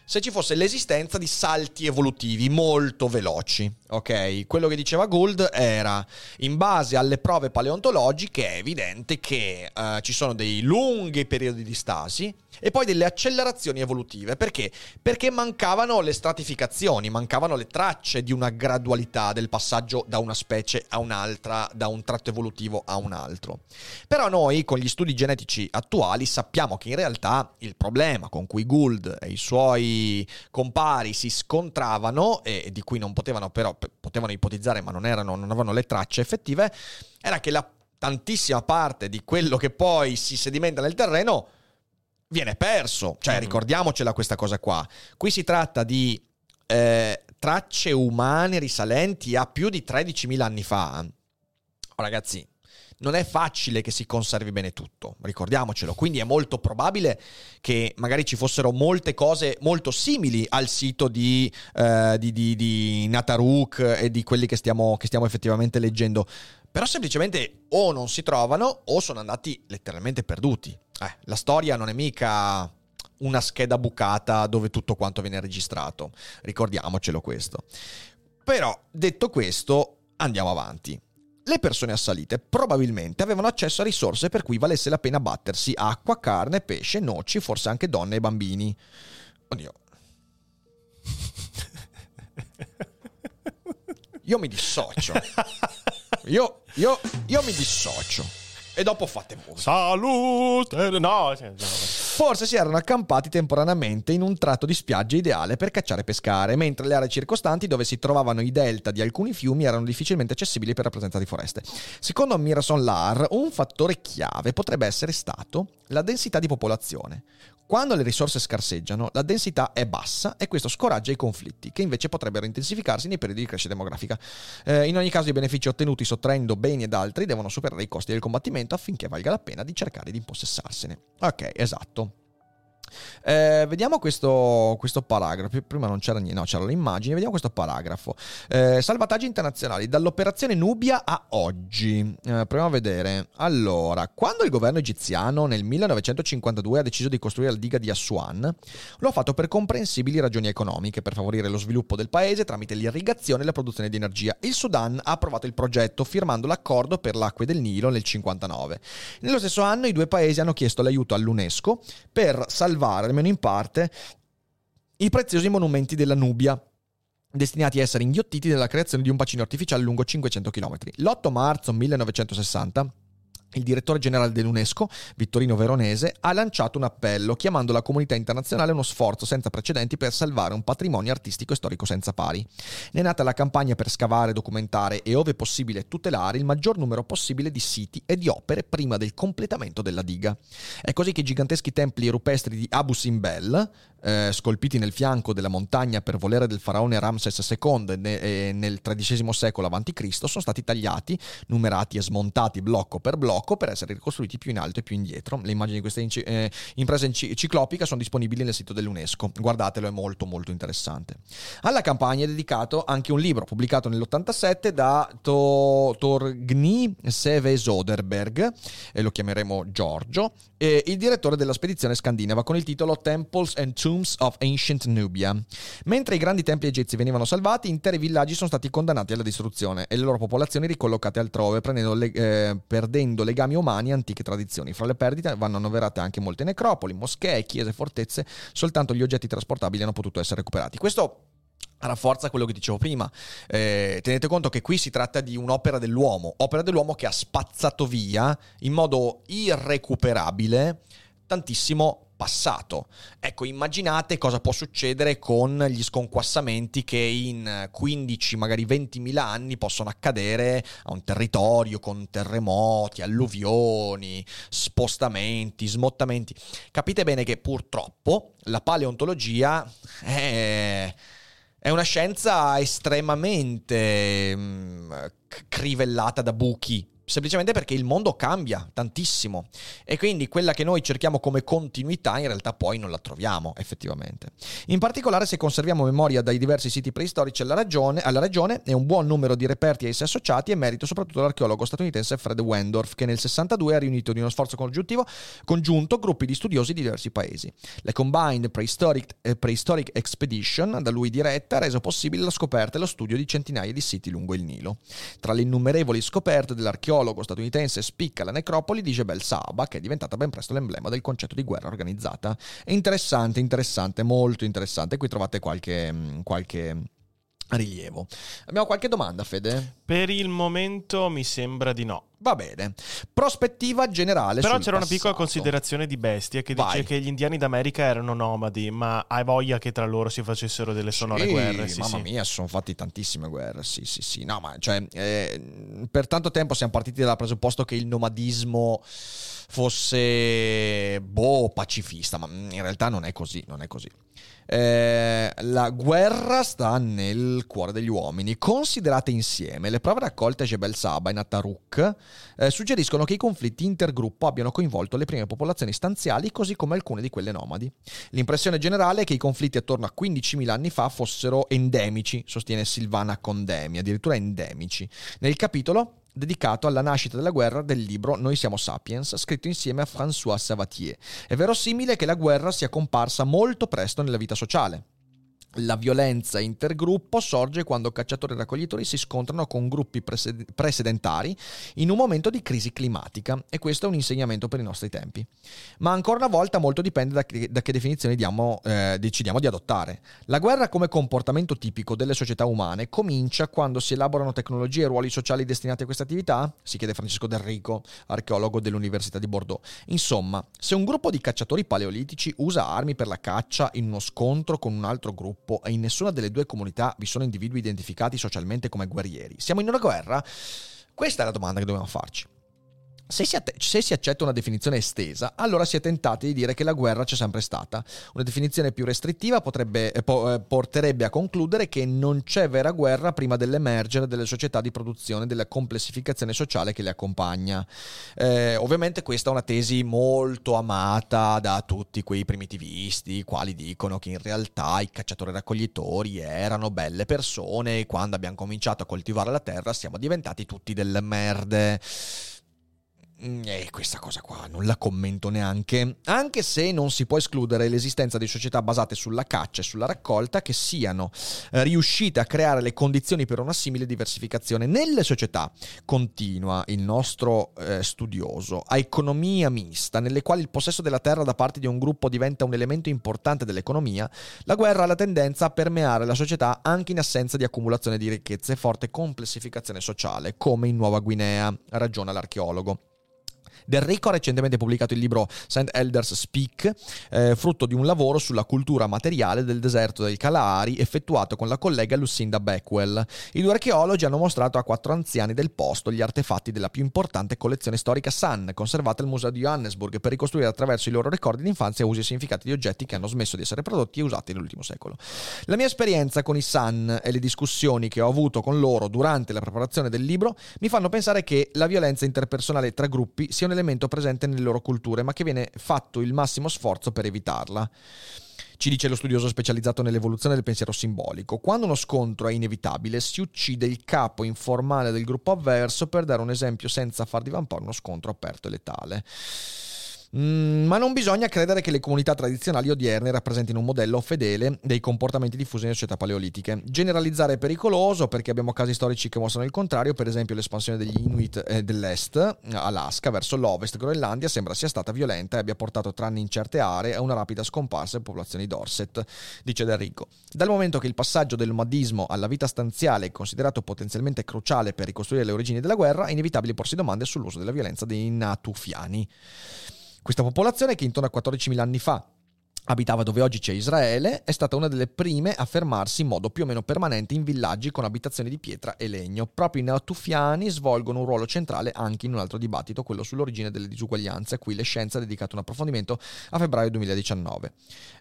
se ci fosse l'esistenza di salti evolutivi molto veloci, ok? Quello che diceva Gould era, in base alle prove paleontologiche è evidente che uh, ci sono dei lunghi periodi di stasi e poi delle accelerazioni evolutive. Perché? Perché mancavano le stratificazioni, mancavano le tracce di una gradualità del passaggio da una specie a un'altra, da un tratto evolutivo a un altro. Però noi, con gli studi genetici attuali, sappiamo che in realtà il problema con cui Gould e i suoi compari si scontravano, e di cui non potevano però potevano ipotizzare ma non erano non avevano le tracce effettive, era che la tantissima parte di quello che poi si sedimenta nel terreno viene perso. Cioè, mm-hmm. ricordiamocela questa cosa qua. Qui si tratta di eh, tracce umane risalenti a più di tredicimila anni fa. Oh, ragazzi, non è facile che si conservi bene tutto, ricordiamocelo. Quindi è molto probabile che magari ci fossero molte cose molto simili al sito di, eh, di, di, di Nataruk e di quelli che stiamo, che stiamo effettivamente leggendo. Però semplicemente o non si trovano o sono andati letteralmente perduti. Eh, la storia non è mica una scheda bucata dove tutto quanto viene registrato. Ricordiamocelo questo. Però, detto questo, andiamo avanti. Le persone assalite probabilmente avevano accesso a risorse per cui valesse la pena battersi: acqua, carne, pesce, noci, forse anche donne e bambini. Oddio. Io mi dissocio. Io, io, io mi dissocio. E dopo fate voi. Salute! No, no. Forse si erano accampati temporaneamente in un tratto di spiaggia ideale per cacciare e pescare, mentre le aree circostanti dove si trovavano i delta di alcuni fiumi erano difficilmente accessibili per la presenza di foreste. Secondo Mirason Lar, un fattore chiave potrebbe essere stato la densità di popolazione. Quando le risorse scarseggiano, la densità è bassa e questo scoraggia i conflitti, che invece potrebbero intensificarsi nei periodi di crescita demografica. Eh, in ogni caso, i benefici ottenuti sottraendo beni ed altri devono superare i costi del combattimento affinché valga la pena di cercare di impossessarsene. Ok, esatto. Eh, vediamo questo, questo paragrafo. Prima non c'era niente, no, c'era l'immagine. Vediamo questo paragrafo. Eh, salvataggi internazionali dall'operazione Nubia a oggi. Eh, proviamo a vedere. Allora, quando il governo egiziano nel millenovecentocinquantadue ha deciso di costruire la diga di Aswan, lo ha fatto per comprensibili ragioni economiche, per favorire lo sviluppo del paese tramite l'irrigazione e la produzione di energia. Il Sudan ha approvato il progetto firmando l'accordo per l'acque del Nilo nel cinquantanove. Nello stesso anno i due paesi hanno chiesto l'aiuto all'UNESCO per salvare, almeno in parte, i preziosi monumenti della Nubia, destinati a essere inghiottiti nella creazione di un bacino artificiale lungo cinquecento chilometri. L'otto marzo millenovecentosessanta il direttore generale dell'UNESCO, Vittorino Veronese, ha lanciato un appello chiamando la comunità internazionale a uno sforzo senza precedenti per salvare un patrimonio artistico e storico senza pari. Ne è nata la campagna per scavare, documentare e, ove possibile, tutelare il maggior numero possibile di siti e di opere prima del completamento della diga. È così che i giganteschi templi rupestri di Abu Simbel, eh, scolpiti nel fianco della montagna per volere del faraone Ramses secondo ne- nel tredicesimo secolo avanti Cristo, sono stati tagliati, numerati e smontati blocco per blocco per essere ricostruiti più in alto e più indietro. Le immagini di questa inci- eh, impresa inci- ciclopica sono disponibili nel sito dell'UNESCO. Guardatelo, è molto molto interessante. Alla campagna è dedicato anche un libro pubblicato nell'ottantasette da to- Torgny Seve-Soderberg, e lo chiameremo Giorgio, e il direttore della spedizione scandinava, con il titolo Temples and Tombs of Ancient Nubia. Mentre i grandi templi egizi venivano salvati, interi villaggi sono stati condannati alla distruzione e le loro popolazioni ricollocate altrove, prendendo le, eh, perdendo legami umani e antiche tradizioni. Fra le perdite vanno annoverate anche molte necropoli, moschee, chiese, fortezze. Soltanto gli oggetti trasportabili hanno potuto essere recuperati. Questo rafforza quello che dicevo prima. Eh, tenete conto che qui si tratta di un'opera dell'uomo, opera dell'uomo che ha spazzato via in modo irrecuperabile tantissimo passato. Ecco, immaginate cosa può succedere con gli sconquassamenti che in quindici, magari ventimila anni possono accadere a un territorio, con terremoti, alluvioni, spostamenti, smottamenti. Capite bene che purtroppo la paleontologia è... È una scienza estremamente mh, crivellata da buchi, semplicemente perché il mondo cambia tantissimo e quindi quella che noi cerchiamo come continuità in realtà poi non la troviamo effettivamente. In particolare, se conserviamo memoria dai diversi siti preistorici alla regione, alla regione e un buon numero di reperti a essi associati, è merito soprattutto dell'archeologo statunitense Fred Wendorf, che nel sessantadue ha riunito in uno sforzo congiuntivo, congiunto gruppi di studiosi di diversi paesi. La Combined Prehistoric, eh, Prehistoric Expedition, da lui diretta, ha reso possibile la scoperta e lo studio di centinaia di siti lungo il Nilo. Tra le innumerevoli scoperte dell'archeologo statunitense spicca la necropoli di Jebel Saba, che è diventata ben presto l'emblema del concetto di guerra organizzata. È interessante, interessante, molto interessante. Qui trovate qualche, qualche rilievo. Abbiamo qualche domanda, Fede? Per il momento mi sembra di no. Va bene. Prospettiva generale. Però sul c'era passato. una piccola considerazione di bestia che Vai. dice che gli indiani d'America erano nomadi, ma hai voglia che tra loro si facessero delle sonore Sì, guerre. Sì, mamma sì. mia, si sono fatti tantissime guerre. Sì, sì, sì. No, ma cioè, eh, per tanto tempo siamo partiti dal presupposto che il nomadismo fosse boh, pacifista, ma in realtà non è così, non è così. Eh, la guerra sta nel cuore degli uomini. Considerate insieme, le prove raccolte a Jebel Saba in Ataruk eh, suggeriscono che i conflitti intergruppo abbiano coinvolto le prime popolazioni stanziali, così come alcune di quelle nomadi. L'impressione generale è che i conflitti attorno a quindicimila anni fa fossero endemici, sostiene Silvana Condemi, addirittura endemici. Nel capitolo dedicato alla nascita della guerra del libro Noi siamo Sapiens, scritto insieme a François Savatier. È verosimile che la guerra sia comparsa molto presto nella vita sociale. La violenza intergruppo sorge quando cacciatori e raccoglitori si scontrano con gruppi presed- precedentari in un momento di crisi climatica, e questo è un insegnamento per i nostri tempi. Ma ancora una volta molto dipende da che, da che definizioni diamo, eh, decidiamo di adottare. La guerra come comportamento tipico delle società umane comincia quando si elaborano tecnologie e ruoli sociali destinati a questa attività? Si chiede Francesco Del Rico, archeologo dell'Università di Bordeaux. Insomma, se un gruppo di cacciatori paleolitici usa armi per la caccia in uno scontro con un altro gruppo e in nessuna delle due comunità vi sono individui identificati socialmente come guerrieri, siamo in una guerra? Questa è la domanda che dobbiamo farci. Se si, att- se si accetta una definizione estesa, allora si è tentati di dire che la guerra c'è sempre stata. Una definizione più restrittiva potrebbe, eh, po- eh, porterebbe a concludere che non c'è vera guerra prima dell'emergere delle società di produzione e della complessificazione sociale che le accompagna. Eh, ovviamente questa è una tesi molto amata da tutti quei primitivisti, i quali dicono che in realtà i cacciatori e raccoglitori erano belle persone e quando abbiamo cominciato a coltivare la terra siamo diventati tutti delle merde. E questa cosa qua non la commento neanche, anche se non si può escludere l'esistenza di società basate sulla caccia e sulla raccolta che siano eh, riuscite a creare le condizioni per una simile diversificazione. Nelle società, continua il nostro eh, studioso, a economia mista, nelle quali il possesso della terra da parte di un gruppo diventa un elemento importante dell'economia, la guerra ha la tendenza a permeare la società anche in assenza di accumulazione di ricchezze e forte complessificazione sociale, come in Nuova Guinea, ragiona l'archeologo. Del Rico ha recentemente pubblicato il libro Saint Elders Speak, eh, frutto di un lavoro sulla cultura materiale del deserto del Kalahari effettuato con la collega Lucinda Beckwell. I due archeologi hanno mostrato a quattro anziani del posto gli artefatti della più importante collezione storica San, conservata al Museo di Johannesburg, per ricostruire attraverso i loro ricordi di infanzia usi e significati di oggetti che hanno smesso di essere prodotti e usati nell'ultimo secolo. La mia esperienza con i San e le discussioni che ho avuto con loro durante la preparazione del libro mi fanno pensare che la violenza interpersonale tra gruppi sia un elemento presente nelle loro culture, ma che viene fatto il massimo sforzo per evitarla. Ci dice lo studioso specializzato nell'evoluzione del pensiero simbolico. Quando uno scontro è inevitabile, si uccide il capo informale del gruppo avverso per dare un esempio senza far divampare uno scontro aperto e letale. Mm, ma non bisogna credere che le comunità tradizionali odierne rappresentino un modello fedele dei comportamenti diffusi nelle società paleolitiche. Generalizzare è pericoloso perché abbiamo casi storici che mostrano il contrario. Per esempio l'espansione degli Inuit eh, dell'est, Alaska, verso l'ovest Groenlandia sembra sia stata violenta e abbia portato, tranne in certe aree, a una rapida scomparsa delle popolazioni Dorset, dice Del Rico. Dal momento che il passaggio del nomadismo alla vita stanziale è considerato potenzialmente cruciale per ricostruire le origini della guerra, è inevitabile porsi domande sull'uso della violenza dei natufiani. Questa popolazione, che intorno a quattordicimila anni fa abitava dove oggi c'è Israele, è stata una delle prime a fermarsi in modo più o meno permanente in villaggi con abitazioni di pietra e legno. Proprio i natufiani svolgono un ruolo centrale anche in un altro dibattito, quello sull'origine delle disuguaglianze, a cui le scienze ha dedicato un approfondimento a febbraio duemiladiciannove.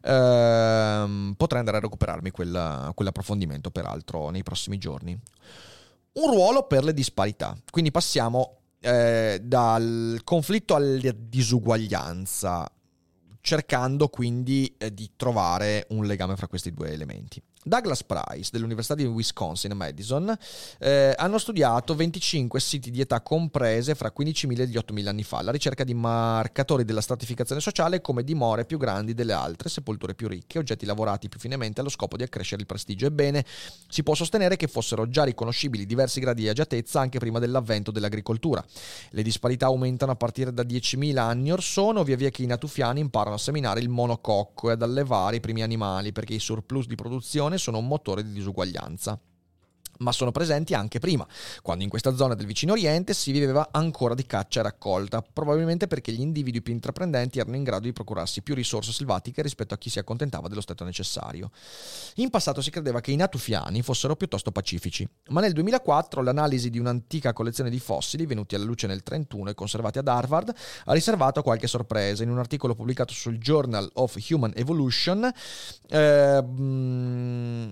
Ehm, potrei andare a recuperarmi quel, quell'approfondimento, peraltro, nei prossimi giorni. Un ruolo per le disparità. Quindi passiamo eh, dal conflitto alla disuguaglianza, cercando quindi eh, di trovare un legame fra questi due elementi. Douglas Price dell'Università di Wisconsin a Madison eh, hanno studiato venticinque siti di età comprese fra quindicimila e gli ottomila anni fa, alla ricerca di marcatori della stratificazione sociale come dimore più grandi delle altre, sepolture più ricche, oggetti lavorati più finemente allo scopo di accrescere il prestigio. Ebbene, si può sostenere che fossero già riconoscibili diversi gradi di agiatezza anche prima dell'avvento dell'agricoltura. Le disparità aumentano a partire da diecimila anni or sono, via via che i natufiani imparano a seminare il monococco e ad allevare i primi animali, perché i surplus di produzione sono un motore di disuguaglianza. Ma sono presenti anche prima, quando in questa zona del vicino Oriente si viveva ancora di caccia e raccolta, probabilmente perché gli individui più intraprendenti erano in grado di procurarsi più risorse selvatiche rispetto a chi si accontentava dello stato necessario. In passato si credeva che i natufiani fossero piuttosto pacifici, ma nel duemilaquattro l'analisi di un'antica collezione di fossili venuti alla luce nel trentuno e conservati ad Harvard ha riservato qualche sorpresa. In un articolo pubblicato sul Journal of Human Evolution, eh, mh,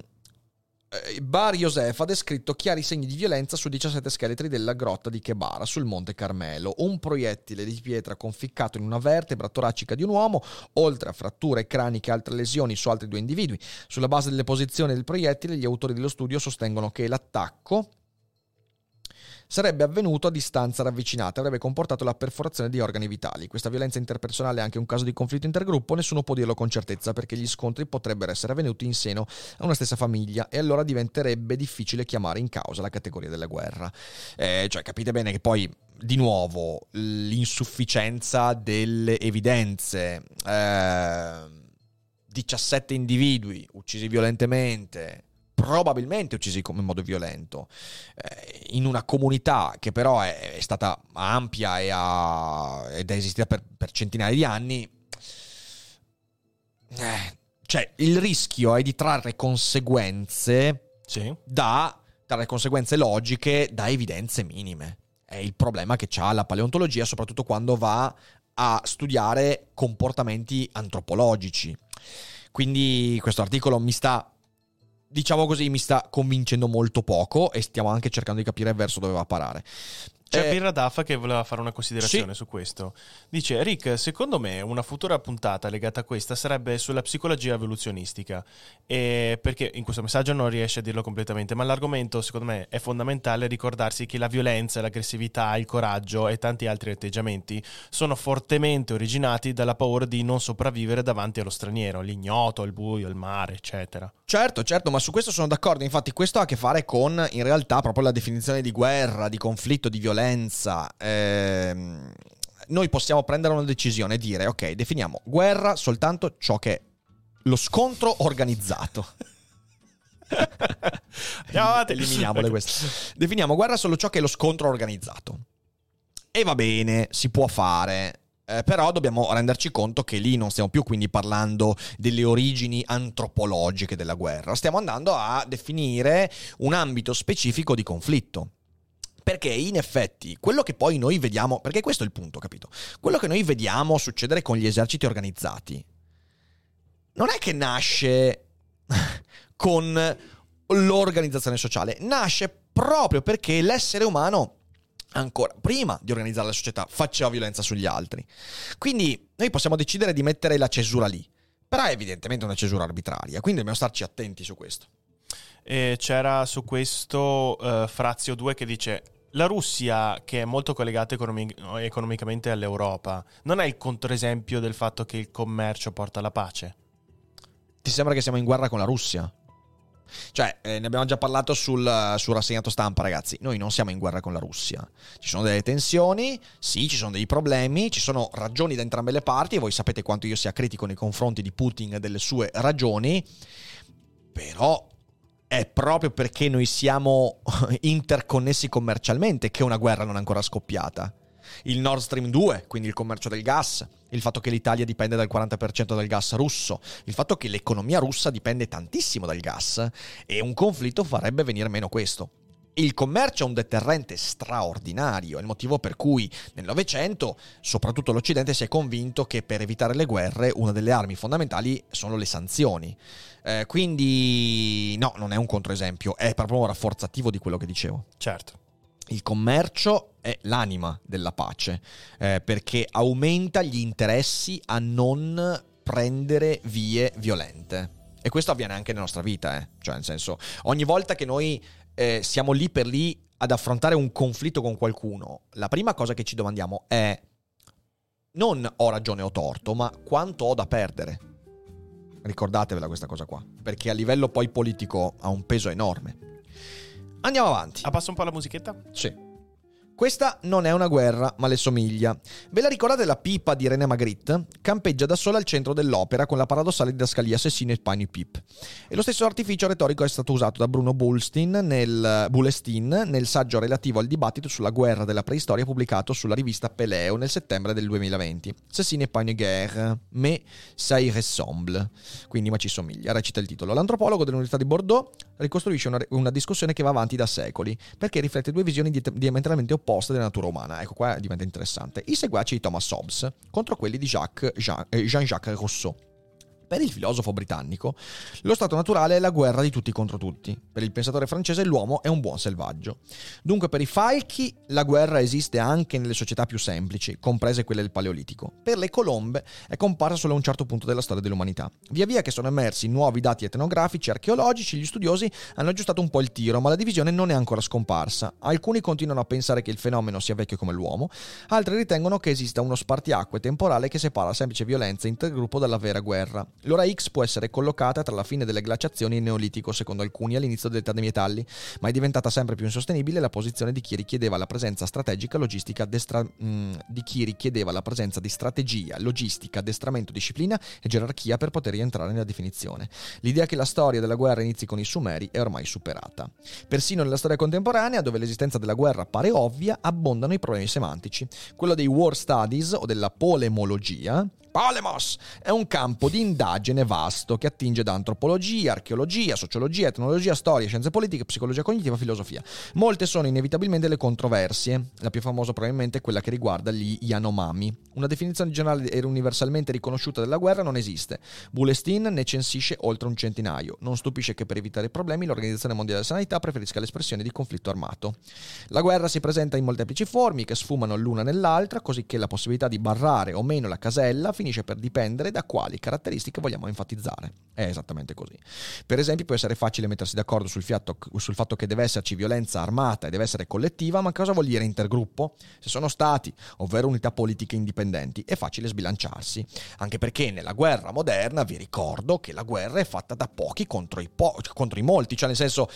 Bar Yosef ha descritto chiari segni di violenza su diciassette scheletri della grotta di Kebara sul Monte Carmelo. Un proiettile di pietra conficcato in una vertebra toracica di un uomo, oltre a fratture craniche e altre lesioni su altri due individui. Sulla base delle posizioni del proiettile, gli autori dello studio sostengono che l'attacco sarebbe avvenuto a distanza ravvicinata e avrebbe comportato la perforazione di organi vitali. Questa violenza interpersonale è anche un caso di conflitto intergruppo, nessuno può dirlo con certezza perché gli scontri potrebbero essere avvenuti in seno a una stessa famiglia e allora diventerebbe difficile chiamare in causa la categoria della guerra. Eh, cioè capite bene che poi di nuovo l'insufficienza delle evidenze, eh, diciassette individui uccisi violentemente, probabilmente uccisi in modo violento, eh, in una comunità che però è, è stata ampia e ha, ed è esistita per, per centinaia di anni, eh, cioè il rischio è di trarre conseguenze sì. da trarre conseguenze logiche da evidenze minime. È il problema che ha la paleontologia, soprattutto quando va a studiare comportamenti antropologici. Quindi questo articolo mi sta diciamo così, mi sta convincendo molto poco e stiamo anche cercando di capire verso dove va a parare. C'è eh, Birra Daffa che voleva fare una considerazione sì. su questo. Dice: Rick, secondo me una futura puntata legata a questa sarebbe sulla psicologia evoluzionistica, e perché in questo messaggio non riesce a dirlo completamente, ma l'argomento secondo me è fondamentale ricordarsi che la violenza, l'aggressività, il coraggio e tanti altri atteggiamenti sono fortemente originati dalla paura di non sopravvivere davanti allo straniero, l'ignoto, il buio, il mare, eccetera. Certo, certo, ma su questo sono d'accordo. Infatti questo ha a che fare con, in realtà, proprio la definizione di guerra, di conflitto, di violenza. Ehm, noi possiamo prendere una decisione e dire, ok, definiamo guerra soltanto ciò che è lo scontro organizzato. Andiamo avanti, eliminiamole queste. Definiamo guerra solo ciò che è lo scontro organizzato. E va bene, si può fare. Eh, però dobbiamo renderci conto che lì non stiamo più quindi parlando delle origini antropologiche della guerra, stiamo andando a definire un ambito specifico di conflitto. Perché in effetti quello che poi noi vediamo, perché questo è il punto, capito? Quello che noi vediamo succedere con gli eserciti organizzati non è che nasce con l'organizzazione sociale, nasce proprio perché l'essere umano, ancora prima di organizzare la società, faceva violenza sugli altri. Quindi noi possiamo decidere di mettere la cesura lì, però è evidentemente una cesura arbitraria, quindi dobbiamo starci attenti su questo. E c'era su questo uh, Frazio due che dice: la Russia, che è molto collegata economi- economicamente all'Europa, non è il controesempio del fatto che il commercio porta alla pace? Ti sembra che siamo in guerra con la Russia? Cioè, eh, ne abbiamo già parlato sul, sul rassegnato stampa, ragazzi. Noi non siamo in guerra con la Russia. Ci sono delle tensioni, sì, ci sono dei problemi, ci sono ragioni da entrambe le parti, e voi sapete quanto io sia critico nei confronti di Putin e delle sue ragioni, però è proprio perché noi siamo interconnessi commercialmente che una guerra non è ancora scoppiata. Il Nord Stream due, quindi il commercio del gas, il fatto che l'Italia dipende dal quaranta per cento del gas russo, il fatto che l'economia russa dipende tantissimo dal gas, e un conflitto farebbe venire meno questo. Il commercio è un deterrente straordinario, è il motivo per cui nel Novecento soprattutto l'Occidente si è convinto che per evitare le guerre una delle armi fondamentali sono le sanzioni. Eh, quindi no, non è un controesempio, è proprio un rafforzativo di quello che dicevo. Certo. Il commercio è l'anima della pace, eh, perché aumenta gli interessi a non prendere vie violente. E questo avviene anche nella nostra vita, eh. Cioè, nel senso, ogni volta che noi eh, siamo lì per lì ad affrontare un conflitto con qualcuno, la prima cosa che ci domandiamo è non ho ragione o torto, ma quanto ho da perdere. Ricordatevela questa cosa qua, perché a livello poi politico ha un peso enorme. Andiamo avanti. Abbassa un po' la musichetta? Sì. Questa non è una guerra, ma le somiglia. Ve la ricordate la pipa di René Magritte? Campeggia da sola al centro dell'opera con la paradossale didascalia Assassino e Pani Pip. E lo stesso artificio retorico è stato usato da Bruno Bullstein nel, Bulestin nel saggio relativo al dibattito sulla guerra della preistoria pubblicato sulla rivista Peleo nel settembre del duemilaventi. Assassino e Pani Guerre, mais ça y ressemble. Quindi ma ci somiglia, recita il titolo. L'antropologo dell'Università di Bordeaux ricostruisce una, una discussione che va avanti da secoli, perché riflette due visioni di, diametralmente opposte della natura umana. Ecco qua diventa interessante. I seguaci di Thomas Hobbes contro quelli di Jacques, Jean, eh, Jean-Jacques Rousseau. Per il filosofo britannico, lo stato naturale è la guerra di tutti contro tutti. Per il pensatore francese, l'uomo è un buon selvaggio. Dunque, per i falchi, la guerra esiste anche nelle società più semplici, comprese quelle del Paleolitico. Per le colombe, è comparsa solo a un certo punto della storia dell'umanità. Via via che sono emersi nuovi dati etnografici e archeologici, gli studiosi hanno aggiustato un po' il tiro, ma la divisione non è ancora scomparsa. Alcuni continuano a pensare che il fenomeno sia vecchio come l'uomo, altri ritengono che esista uno spartiacque temporale che separa la semplice violenza intergruppo dalla vera guerra. L'ora X può essere collocata tra la fine delle glaciazioni e il Neolitico, secondo alcuni, all'inizio dell'età dei metalli, ma è diventata sempre più insostenibile la posizione di chi richiedeva la presenza strategica, logistica, destra... mh, di chi richiedeva la presenza di strategia, logistica, addestramento, disciplina e gerarchia per poter rientrare nella definizione. L'idea che la storia della guerra inizi con i Sumeri è ormai superata. Persino nella storia contemporanea, dove l'esistenza della guerra pare ovvia, abbondano i problemi semantici. Quello dei war studies o della polemologia, Polemos, è un campo di indagine vasto che attinge da antropologia, archeologia, sociologia, etnologia, storia, scienze politiche, psicologia cognitiva, filosofia. Molte sono inevitabilmente le controversie. La più famosa probabilmente è quella che riguarda gli Yanomami. Una definizione generale e universalmente riconosciuta della guerra non esiste. Bulestin ne censisce oltre un centinaio. Non stupisce che per evitare problemi l'Organizzazione Mondiale della Sanità preferisca l'espressione di conflitto armato. La guerra si presenta in molteplici forme che sfumano l'una nell'altra, così che la possibilità di barrare o meno la casella finisce per dipendere da quali caratteristiche vogliamo enfatizzare. È esattamente così. Per esempio, può essere facile mettersi d'accordo sul, fiato, sul fatto che deve esserci violenza armata e deve essere collettiva, ma cosa vuol dire intergruppo? Se sono stati, ovvero unità politiche indipendenti, è facile sbilanciarsi. Anche perché nella guerra moderna vi ricordo che la guerra è fatta da pochi contro i, po- contro i molti, cioè nel senso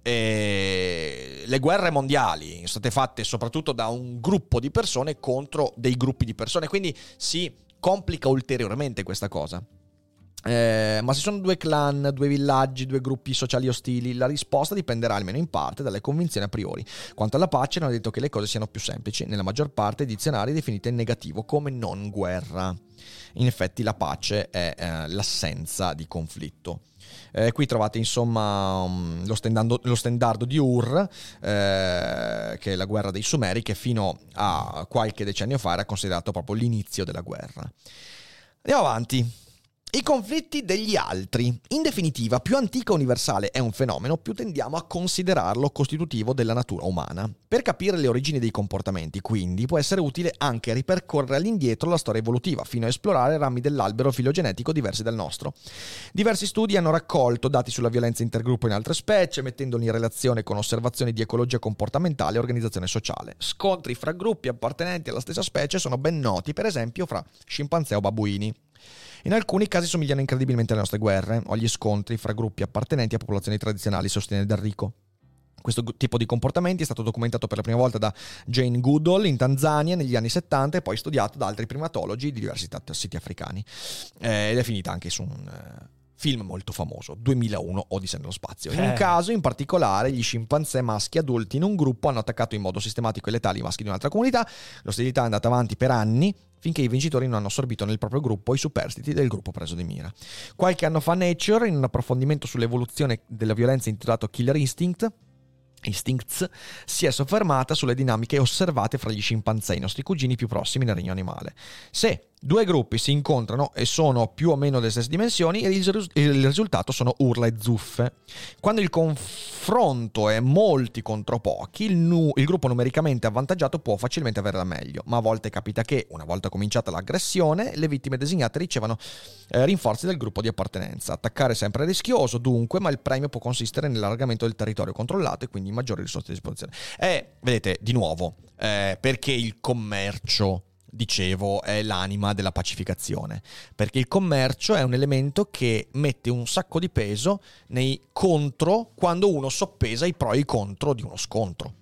eh, le guerre mondiali sono state fatte soprattutto da un gruppo di persone contro dei gruppi di persone, quindi si complica ulteriormente questa cosa. Eh, ma se sono due clan, due villaggi, due gruppi sociali ostili, la risposta dipenderà almeno in parte dalle convinzioni a priori. Quanto alla pace, hanno detto che le cose siano più semplici, nella maggior parte dei dizionari definite in negativo come non guerra. In effetti la pace è eh, l'assenza di conflitto. Eh, qui trovate insomma um, lo, stendando, lo stendardo di Ur, eh, che è la guerra dei Sumeri, che fino a qualche decennio fa era considerato proprio l'inizio della guerra. Andiamo avanti. I conflitti degli altri. In definitiva, più antica e universale è un fenomeno, più tendiamo a considerarlo costitutivo della natura umana. Per capire le origini dei comportamenti, quindi, può essere utile anche ripercorrere all'indietro la storia evolutiva, fino a esplorare rami dell'albero filogenetico diversi dal nostro. Diversi studi hanno raccolto dati sulla violenza intergruppo in altre specie, mettendoli in relazione con osservazioni di ecologia comportamentale e organizzazione sociale. Scontri fra gruppi appartenenti alla stessa specie sono ben noti, per esempio, fra scimpanzé o babbuini. In alcuni casi somigliano incredibilmente alle nostre guerre o agli scontri fra gruppi appartenenti a popolazioni tradizionali, sostiene D'Arrico. Questo tipo di comportamenti è stato documentato per la prima volta da Jane Goodall in Tanzania negli anni settanta e poi studiato da altri primatologi di diversi siti africani. Eh, ed è finita anche su un eh, film molto famoso, duemilauno Odissea nello spazio. In un caso in particolare, gli scimpanzé maschi adulti in un gruppo hanno attaccato in modo sistematico e letale i maschi di un'altra comunità. L'ostilità è andata avanti per anni, finché i vincitori non hanno assorbito nel proprio gruppo i superstiti del gruppo preso di mira. Qualche anno fa Nature, in un approfondimento sull'evoluzione della violenza intitolato Killer Instinct, Instincts, si è soffermata sulle dinamiche osservate fra gli scimpanzé, i nostri cugini più prossimi nel regno animale. Se due gruppi si incontrano e sono più o meno delle stesse dimensioni e il, il risultato sono urla e zuffe. Quando il confronto è molti contro pochi, il, nu- il gruppo numericamente avvantaggiato può facilmente avere la meglio, ma a volte capita che, una volta cominciata l'aggressione, le vittime designate ricevano eh, rinforzi del gruppo di appartenenza. Attaccare è sempre rischioso, dunque, ma il premio può consistere nell'allargamento del territorio controllato e quindi in maggiori risorse a disposizione. E, vedete, di nuovo, eh, perché il commercio, dicevo, è l'anima della pacificazione, perché il commercio è un elemento che mette un sacco di peso nei contro quando uno soppesa i pro e i contro di uno scontro.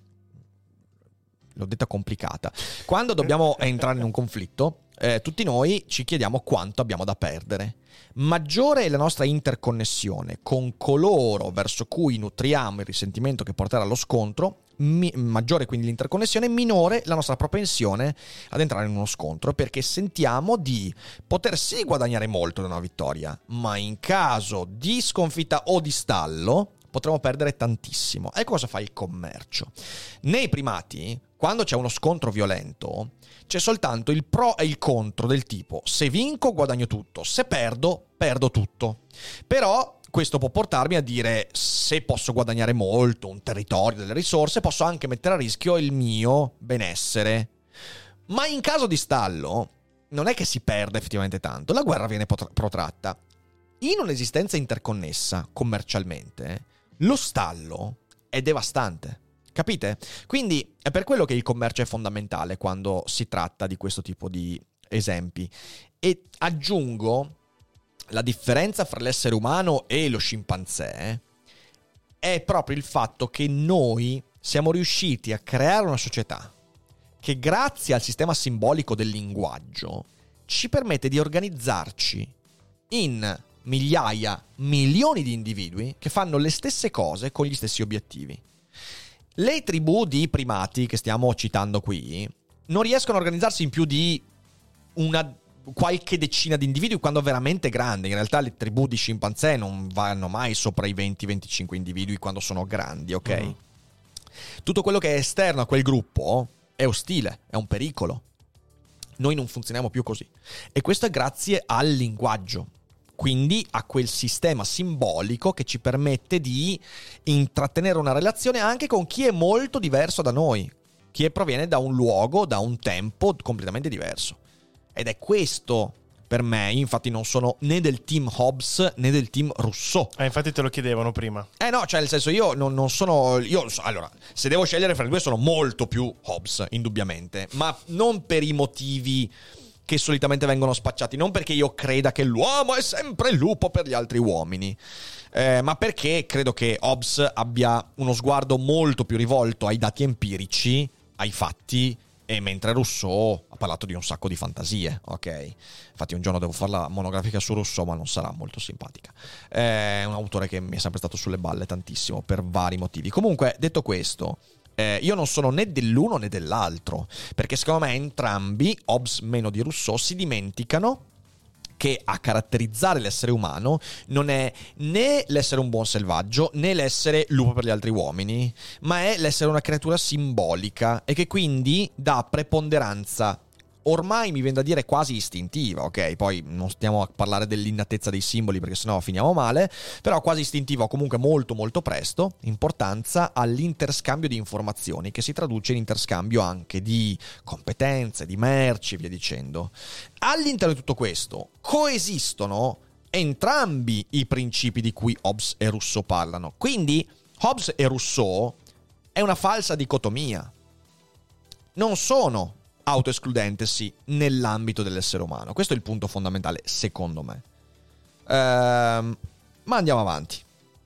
L'ho detta complicata. Quando dobbiamo entrare in un conflitto, eh, tutti noi ci chiediamo quanto abbiamo da perdere. Maggiore è la nostra interconnessione con coloro verso cui nutriamo il risentimento che porterà allo scontro, mi- maggiore quindi l'interconnessione, minore la nostra propensione ad entrare in uno scontro, perché sentiamo di poter sì guadagnare molto da una vittoria, ma in caso di sconfitta o di stallo potremo perdere tantissimo. E cosa fa il commercio? Nei primati, quando c'è uno scontro violento, c'è soltanto il pro e il contro del tipo: se vinco guadagno tutto, se perdo perdo tutto. Però questo può portarmi a dire: se posso guadagnare molto, un territorio, delle risorse, posso anche mettere a rischio il mio benessere. Ma in caso di stallo non è che si perde effettivamente tanto, la guerra viene pot- protratta. In un'esistenza interconnessa commercialmente, lo stallo è devastante. Capite? Quindi è per quello che il commercio è fondamentale quando si tratta di questo tipo di esempi. E aggiungo, la differenza fra l'essere umano e lo scimpanzé è proprio il fatto che noi siamo riusciti a creare una società che, grazie al sistema simbolico del linguaggio, ci permette di organizzarci in migliaia, milioni di individui che fanno le stesse cose con gli stessi obiettivi. Le tribù di primati che stiamo citando qui non riescono a organizzarsi in più di una qualche decina di individui quando veramente grandi. In realtà le tribù di scimpanzé non vanno mai sopra i venti venticinque individui quando sono grandi, ok? Uh-huh. Tutto quello che è esterno a quel gruppo è ostile, è un pericolo. Noi non funzioniamo più così. E questo è grazie al linguaggio. Quindi a quel sistema simbolico che ci permette di intrattenere una relazione anche con chi è molto diverso da noi, chi proviene da un luogo, da un tempo completamente diverso. Ed è questo, per me, infatti non sono né del team Hobbes né del team Rousseau. Eh, infatti te lo chiedevano prima. Eh no, cioè nel senso io non, non sono... Io, allora, se devo scegliere fra i due sono molto più Hobbes, indubbiamente, ma non per i motivi che solitamente vengono spacciati, non perché io creda che l'uomo è sempre il lupo per gli altri uomini, eh, ma perché credo che Hobbes abbia uno sguardo molto più rivolto ai dati empirici, ai fatti, e mentre Rousseau ha parlato di un sacco di fantasie, ok? Infatti un giorno devo fare la monografica su Rousseau, ma non sarà molto simpatica. È un autore che mi è sempre stato sulle balle tantissimo per vari motivi. Comunque, detto questo, Eh, io non sono né dell'uno né dell'altro, perché secondo me entrambi, Hobbes meno di Rousseau, si dimenticano che a caratterizzare l'essere umano non è né l'essere un buon selvaggio né l'essere lupo per gli altri uomini, ma è l'essere una creatura simbolica e che quindi dà preponderanza, ormai mi viene da dire quasi istintiva, ok? Poi non stiamo a parlare dell'innatezza dei simboli perché sennò finiamo male, però quasi istintiva o comunque molto molto presto, importanza all'interscambio di informazioni, che si traduce in interscambio anche di competenze, di merci e via dicendo. All'interno di tutto questo coesistono entrambi i principi di cui Hobbes e Rousseau parlano. Quindi Hobbes e Rousseau è una falsa dicotomia. Non sono autoescludentesi nell'ambito dell'essere umano. Questo è il punto fondamentale, secondo me. Ehm, ma andiamo avanti.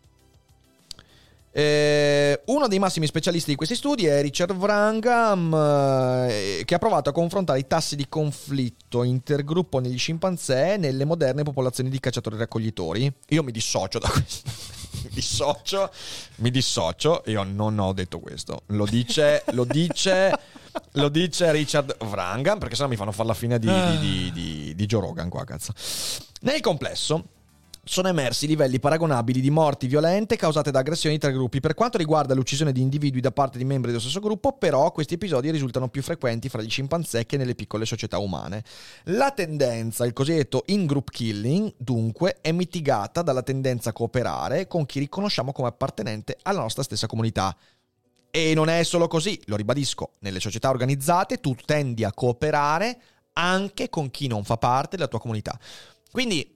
Eh, uno dei massimi specialisti di questi studi è Richard Wrangham, eh, che ha provato a confrontare i tassi di conflitto intergruppo negli scimpanzé e nelle moderne popolazioni di cacciatori-raccoglitori. Io mi dissocio da questo. mi dissocio, mi dissocio. Io non ho detto questo. Lo dice, lo dice, lo dice Richard Wrangham, perché sennò mi fanno fare la fine di, di, di, di, di Joe Rogan qua, cazzo. Nel complesso, sono emersi livelli paragonabili di morti violente causate da aggressioni tra gruppi. Per quanto riguarda l'uccisione di individui da parte di membri dello stesso gruppo, però, questi episodi risultano più frequenti fra gli scimpanzé che nelle piccole società umane. La tendenza, il cosiddetto in-group killing, dunque, è mitigata dalla tendenza a cooperare con chi riconosciamo come appartenente alla nostra stessa comunità. E non è solo così, lo ribadisco, nelle società organizzate tu tendi a cooperare anche con chi non fa parte della tua comunità. Quindi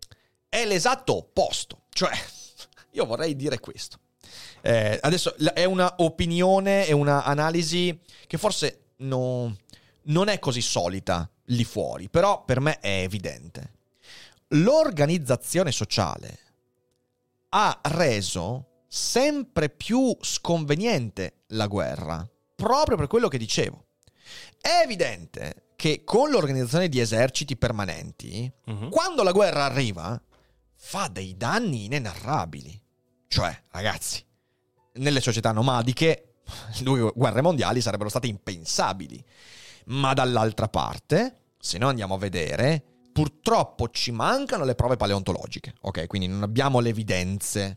è l'esatto opposto, cioè io vorrei dire questo. Eh, adesso è una opinione, è una analisi che forse no, non è così solita lì fuori, però per me è evidente. L'organizzazione sociale ha reso sempre più sconveniente la guerra, proprio per quello che dicevo. È evidente che con l'organizzazione di eserciti permanenti, uh-huh. quando la guerra arriva, fa dei danni inenarrabili. Cioè, ragazzi, nelle società nomadiche due guerre mondiali sarebbero state impensabili. Ma dall'altra parte, se noi andiamo a vedere, purtroppo ci mancano le prove paleontologiche, ok? Quindi non abbiamo le evidenze.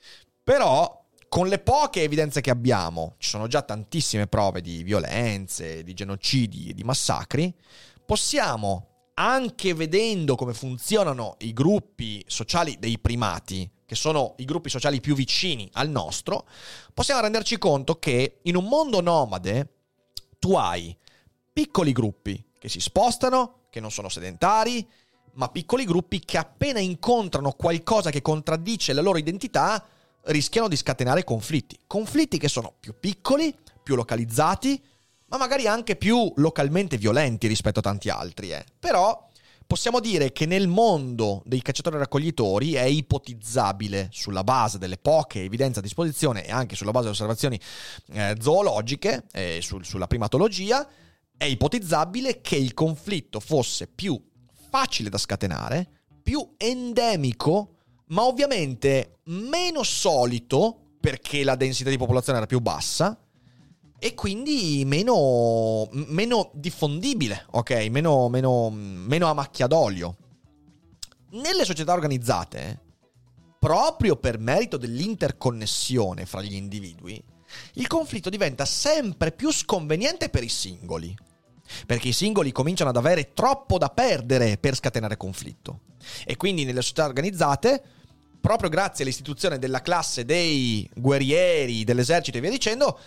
Però, con le poche evidenze che abbiamo, ci sono già tantissime prove di violenze, di genocidi e di massacri, possiamo, anche vedendo come funzionano i gruppi sociali dei primati, che sono i gruppi sociali più vicini al nostro, possiamo renderci conto che in un mondo nomade tu hai piccoli gruppi che si spostano, che non sono sedentari, ma piccoli gruppi che appena incontrano qualcosa che contraddice la loro identità rischiano di scatenare conflitti. Conflitti che sono più piccoli, più localizzati, ma magari anche più localmente violenti rispetto a tanti altri. Eh. Però possiamo dire che nel mondo dei cacciatori-raccoglitori è ipotizzabile, sulla base delle poche evidenze a disposizione e anche sulla base delle osservazioni eh, zoologiche e sul, sulla primatologia, è ipotizzabile che il conflitto fosse più facile da scatenare, più endemico, ma ovviamente meno solito, perché la densità di popolazione era più bassa, e quindi meno, meno diffondibile, ok? Meno, meno, meno a macchia d'olio. Nelle società organizzate, proprio per merito dell'interconnessione fra gli individui, il conflitto diventa sempre più sconveniente per i singoli, perché i singoli cominciano ad avere troppo da perdere per scatenare conflitto. E quindi nelle società organizzate, proprio grazie all'istituzione della classe dei guerrieri, dell'esercito e via dicendo,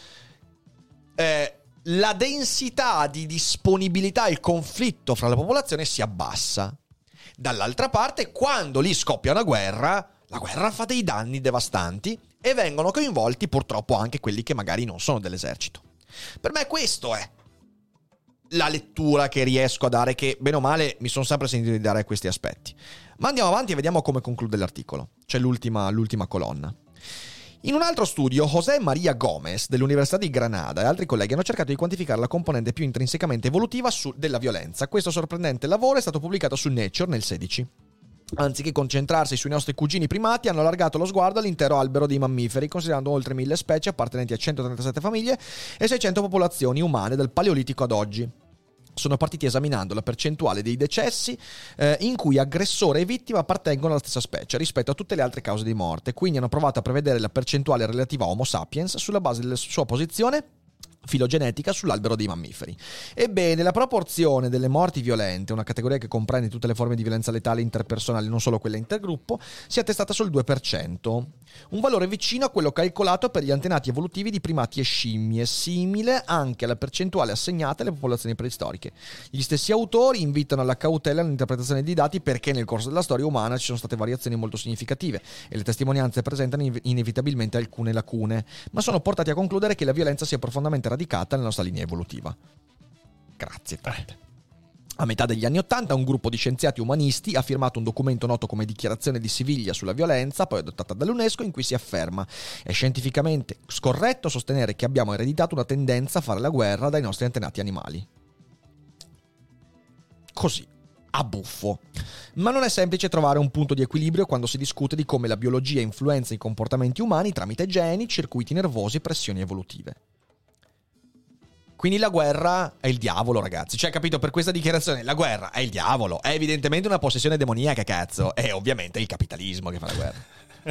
eh, la densità di disponibilità al conflitto fra la popolazione si abbassa. Dall'altra parte, quando lì scoppia una guerra, la guerra fa dei danni devastanti e vengono coinvolti purtroppo anche quelli che magari non sono dell'esercito. Per me questo è la lettura che riesco a dare, che bene o male mi sono sempre sentito di dare a questi aspetti. Ma andiamo avanti e vediamo come conclude l'articolo. C'è l'ultima, l'ultima colonna. In un altro studio, José María Gómez dell'Università di Granada e altri colleghi hanno cercato di quantificare la componente più intrinsecamente evolutiva su, della violenza. Questo sorprendente lavoro è stato pubblicato su Nature nel sedici. Anziché concentrarsi sui nostri cugini primati, hanno allargato lo sguardo all'intero albero dei mammiferi, considerando oltre mille specie appartenenti a centotrentasette famiglie e seicento popolazioni umane dal Paleolitico ad oggi. Sono partiti esaminando la percentuale dei decessi eh, in cui aggressore e vittima appartengono alla stessa specie rispetto a tutte le altre cause di morte. Quindi hanno provato a prevedere la percentuale relativa a Homo sapiens sulla base della sua posizione filogenetica sull'albero dei mammiferi. Ebbene, la proporzione delle morti violente, una categoria che comprende tutte le forme di violenza letale interpersonale, non solo quella intergruppo, si è attestata sul due per cento, un valore vicino a quello calcolato per gli antenati evolutivi di primati e scimmie, simile anche alla percentuale assegnata alle popolazioni preistoriche. Gli stessi autori invitano alla cautela nell'interpretazione dei dati perché nel corso della storia umana ci sono state variazioni molto significative e le testimonianze presentano inevitabilmente alcune lacune, ma sono portati a concludere che la violenza sia profondamente radicata nella nostra linea evolutiva. Grazie tante. A metà degli anni Ottanta un gruppo di scienziati umanisti ha firmato un documento noto come Dichiarazione di Siviglia sulla violenza, poi adottata dall'UNESCO, in cui si afferma: è scientificamente scorretto sostenere che abbiamo ereditato una tendenza a fare la guerra dai nostri antenati animali. Così, a buffo. Ma non è semplice trovare un punto di equilibrio quando si discute di come la biologia influenza i comportamenti umani tramite geni, circuiti nervosi e pressioni evolutive. Quindi la guerra è il diavolo, ragazzi. Cioè, capito, per questa dichiarazione la guerra è il diavolo. È evidentemente una possessione demoniaca, cazzo. È ovviamente il capitalismo che fa la guerra.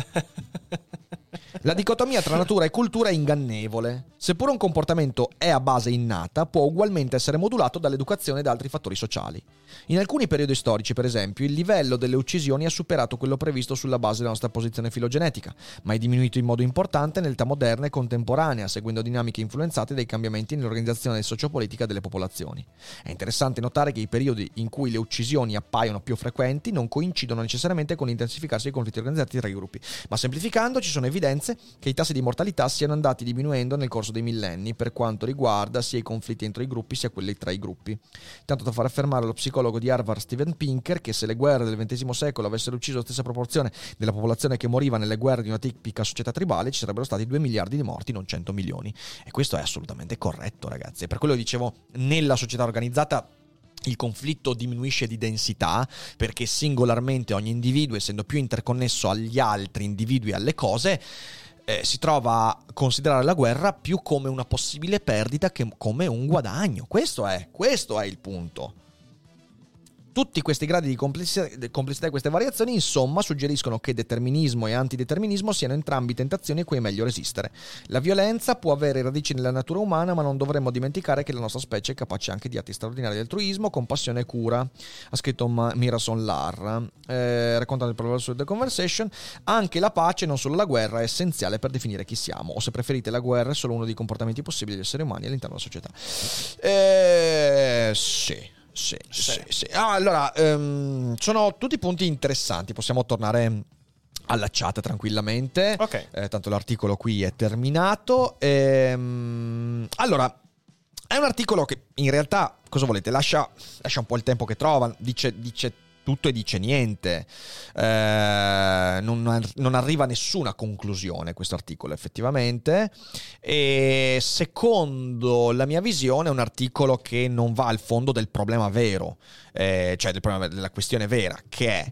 La dicotomia tra natura e cultura è ingannevole. Seppure un comportamento è a base innata, può ugualmente essere modulato dall'educazione e da altri fattori sociali. In alcuni periodi storici, per esempio, il livello delle uccisioni ha superato quello previsto sulla base della nostra posizione filogenetica, ma è diminuito in modo importante nell'età moderna e contemporanea, seguendo dinamiche influenzate dai cambiamenti nell'organizzazione sociopolitica delle popolazioni. È interessante notare che i periodi in cui le uccisioni appaiono più frequenti non coincidono necessariamente con l'intensificarsi dei conflitti organizzati tra i gruppi, ma semplificando ci sono evidenze che i tassi di mortalità siano andati diminuendo nel corso dei millenni per quanto riguarda sia i conflitti entro i gruppi sia quelli tra i gruppi. Tanto da far affermare lo psicologo di Harvard Steven Pinker che se le guerre del ventesimo secolo avessero ucciso la stessa proporzione della popolazione che moriva nelle guerre di una tipica società tribale, ci sarebbero stati due miliardi di morti, non cento milioni. E questo è assolutamente corretto, ragazzi. E per quello dicevo, nella società organizzata il conflitto diminuisce di densità perché singolarmente ogni individuo, essendo più interconnesso agli altri individui e alle cose, eh, si trova a considerare la guerra più come una possibile perdita che come un guadagno. Questo è, questo è il punto. Tutti questi gradi di complessità, complessità e queste variazioni, insomma, suggeriscono che determinismo e antideterminismo siano entrambi tentazioni a cui è meglio resistere. La violenza può avere radici nella natura umana, ma non dovremmo dimenticare che la nostra specie è capace anche di atti straordinari di altruismo, compassione e cura. Ha scritto Mirason Larra, eh, raccontando il problema su The Conversation. Anche la pace, non solo la guerra, è essenziale per definire chi siamo. O se preferite, la guerra è solo uno dei comportamenti possibili degli esseri umani all'interno della società. Eh, sì. Sì, sì, sì, sì. Ah, allora, um, sono tutti punti interessanti. Possiamo tornare alla chat tranquillamente. Ok. Eh, tanto l'articolo qui è terminato. Ehm, allora, è un articolo che in realtà, cosa volete? Lascia, lascia un po' il tempo che trova. Dice, dice tutto e dice niente. Eh, non, non arriva a nessuna conclusione questo articolo, effettivamente. E secondo la mia visione è un articolo che non va al fondo del problema vero, eh, cioè del problema, della questione vera, che è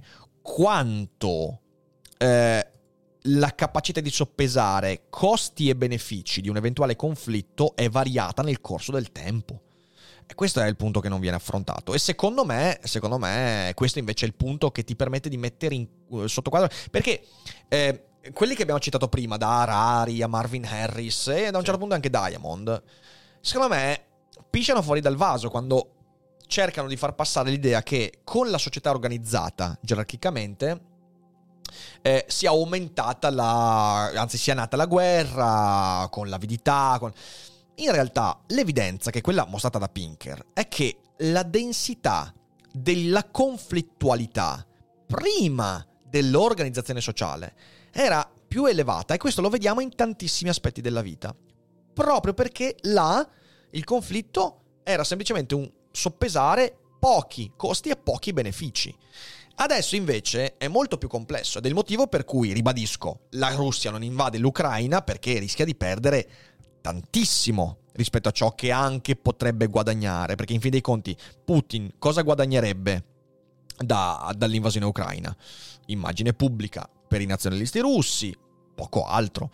quanto eh, la capacità di soppesare costi e benefici di un eventuale conflitto è variata nel corso del tempo. E questo è il punto che non viene affrontato. E secondo me, secondo me, questo invece è il punto che ti permette di mettere in uh, sottoquadro. Perché eh, quelli che abbiamo citato prima, da Harari a Marvin Harris e da un certo punto anche Diamond, secondo me pisciano fuori dal vaso quando cercano di far passare l'idea che con la società organizzata gerarchicamente eh, sia aumentata la, anzi sia nata la guerra con l'avidità, con... In realtà l'evidenza, che è quella mostrata da Pinker, è che la densità della conflittualità prima dell'organizzazione sociale era più elevata, e questo lo vediamo in tantissimi aspetti della vita, proprio perché là il conflitto era semplicemente un soppesare pochi costi e pochi benefici. Adesso invece è molto più complesso ed è il motivo per cui, ribadisco, la Russia non invade l'Ucraina perché rischia di perdere tantissimo rispetto a ciò che anche potrebbe guadagnare, perché in fin dei conti Putin cosa guadagnerebbe da, dall'invasione ucraina? Immagine pubblica per i nazionalisti russi, poco altro.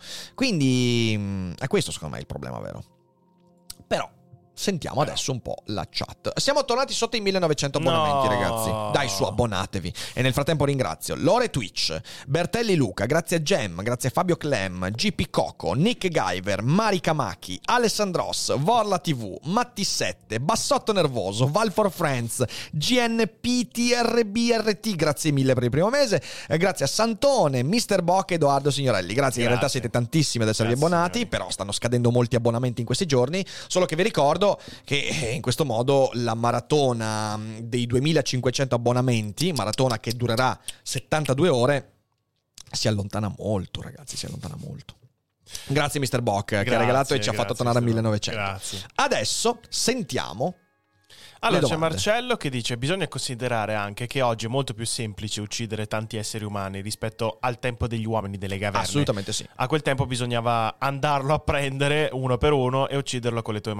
Quindi è questo secondo me il problema vero. Però sentiamo adesso un po' la chat. Siamo tornati sotto i millenovecento abbonamenti, no. ragazzi. Dai su, abbonatevi. E nel frattempo ringrazio Lore Twitch, Bertelli Luca, grazie a Gem, grazie a Fabio Clem, G P Coco, Nick Guyver, Mari Kamaki, Alessandros, Vorla tivù, Matti sette, Bassotto Nervoso, Val for Friends, G N P T R B R T, grazie mille per il primo mese, eh, grazie a Santone, mister Bock e Edoardo Signorelli. Grazie, grazie, in realtà siete tantissimi ad esservi grazie, abbonati, signori. Però stanno scadendo molti abbonamenti in questi giorni, solo che vi ricordo che in questo modo la maratona dei duemilacinquecento abbonamenti, maratona che durerà settantadue ore, si allontana molto, ragazzi, si allontana molto. Grazie mister Bock che ha regalato e ci ha fatto tornare al millenovecento. Grazie. Adesso sentiamo. Allora c'è Marcello che dice: bisogna considerare anche che oggi è molto più semplice uccidere tanti esseri umani rispetto al tempo degli uomini delle caverne. Assolutamente sì. A quel tempo bisognava andarlo a prendere uno per uno e ucciderlo con le tue mani.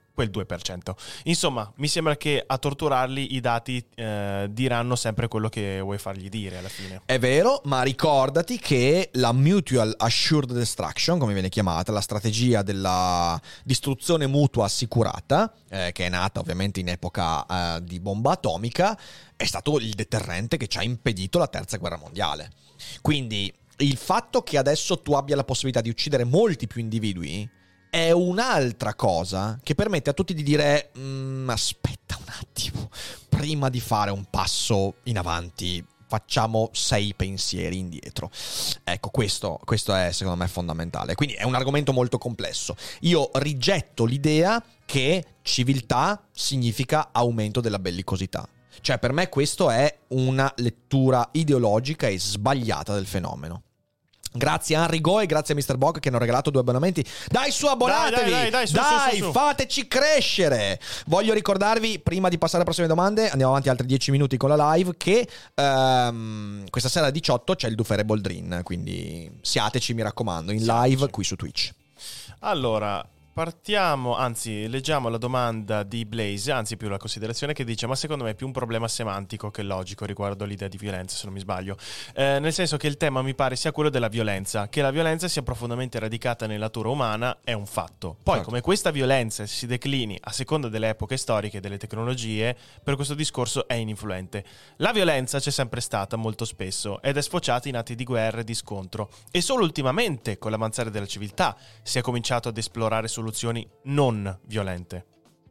quel due per cento. Insomma, mi sembra che a torturarli i dati eh, diranno sempre quello che vuoi fargli dire alla fine. È vero, ma ricordati che la Mutual Assured Destruction, come viene chiamata, la strategia della distruzione mutua assicurata, eh, che è nata ovviamente in epoca eh, di bomba atomica, è stato il deterrente che ci ha impedito la terza guerra mondiale. Quindi il fatto che adesso tu abbia la possibilità di uccidere molti più individui è un'altra cosa che permette a tutti di dire mm, aspetta un attimo, prima di fare un passo in avanti facciamo sei pensieri indietro. Ecco, questo, questo è secondo me fondamentale. Quindi è un argomento molto complesso. Io rigetto l'idea che civiltà significa aumento della bellicosità. Cioè, per me questo è una lettura ideologica e sbagliata del fenomeno. Grazie a Henry Go e grazie a mister Bog che hanno regalato due abbonamenti. Dai, su, abbonatevi! Dai, dai, dai, su, dai su, su, su. Fateci crescere! Voglio ricordarvi, prima di passare alle prossime domande, andiamo avanti altri dieci minuti con la live, che um, questa sera alle diciotto c'è il Dufere Boldrin, quindi siateci, mi raccomando, in live siateci qui su Twitch. Allora, partiamo, anzi leggiamo la domanda di Blaze, anzi più la considerazione, che dice: ma secondo me è più un problema semantico che logico riguardo l'idea di violenza, se non mi sbaglio, eh, nel senso che il tema mi pare sia quello della violenza, che la violenza sia profondamente radicata nella natura umana è un fatto, poi certo, come questa violenza si declini a seconda delle epoche storiche e delle tecnologie, per questo discorso è ininfluente. La violenza c'è sempre stata molto spesso ed è sfociata in atti di guerra e di scontro, e solo ultimamente con l'avanzare della civiltà si è cominciato ad esplorare soluzioni non violente.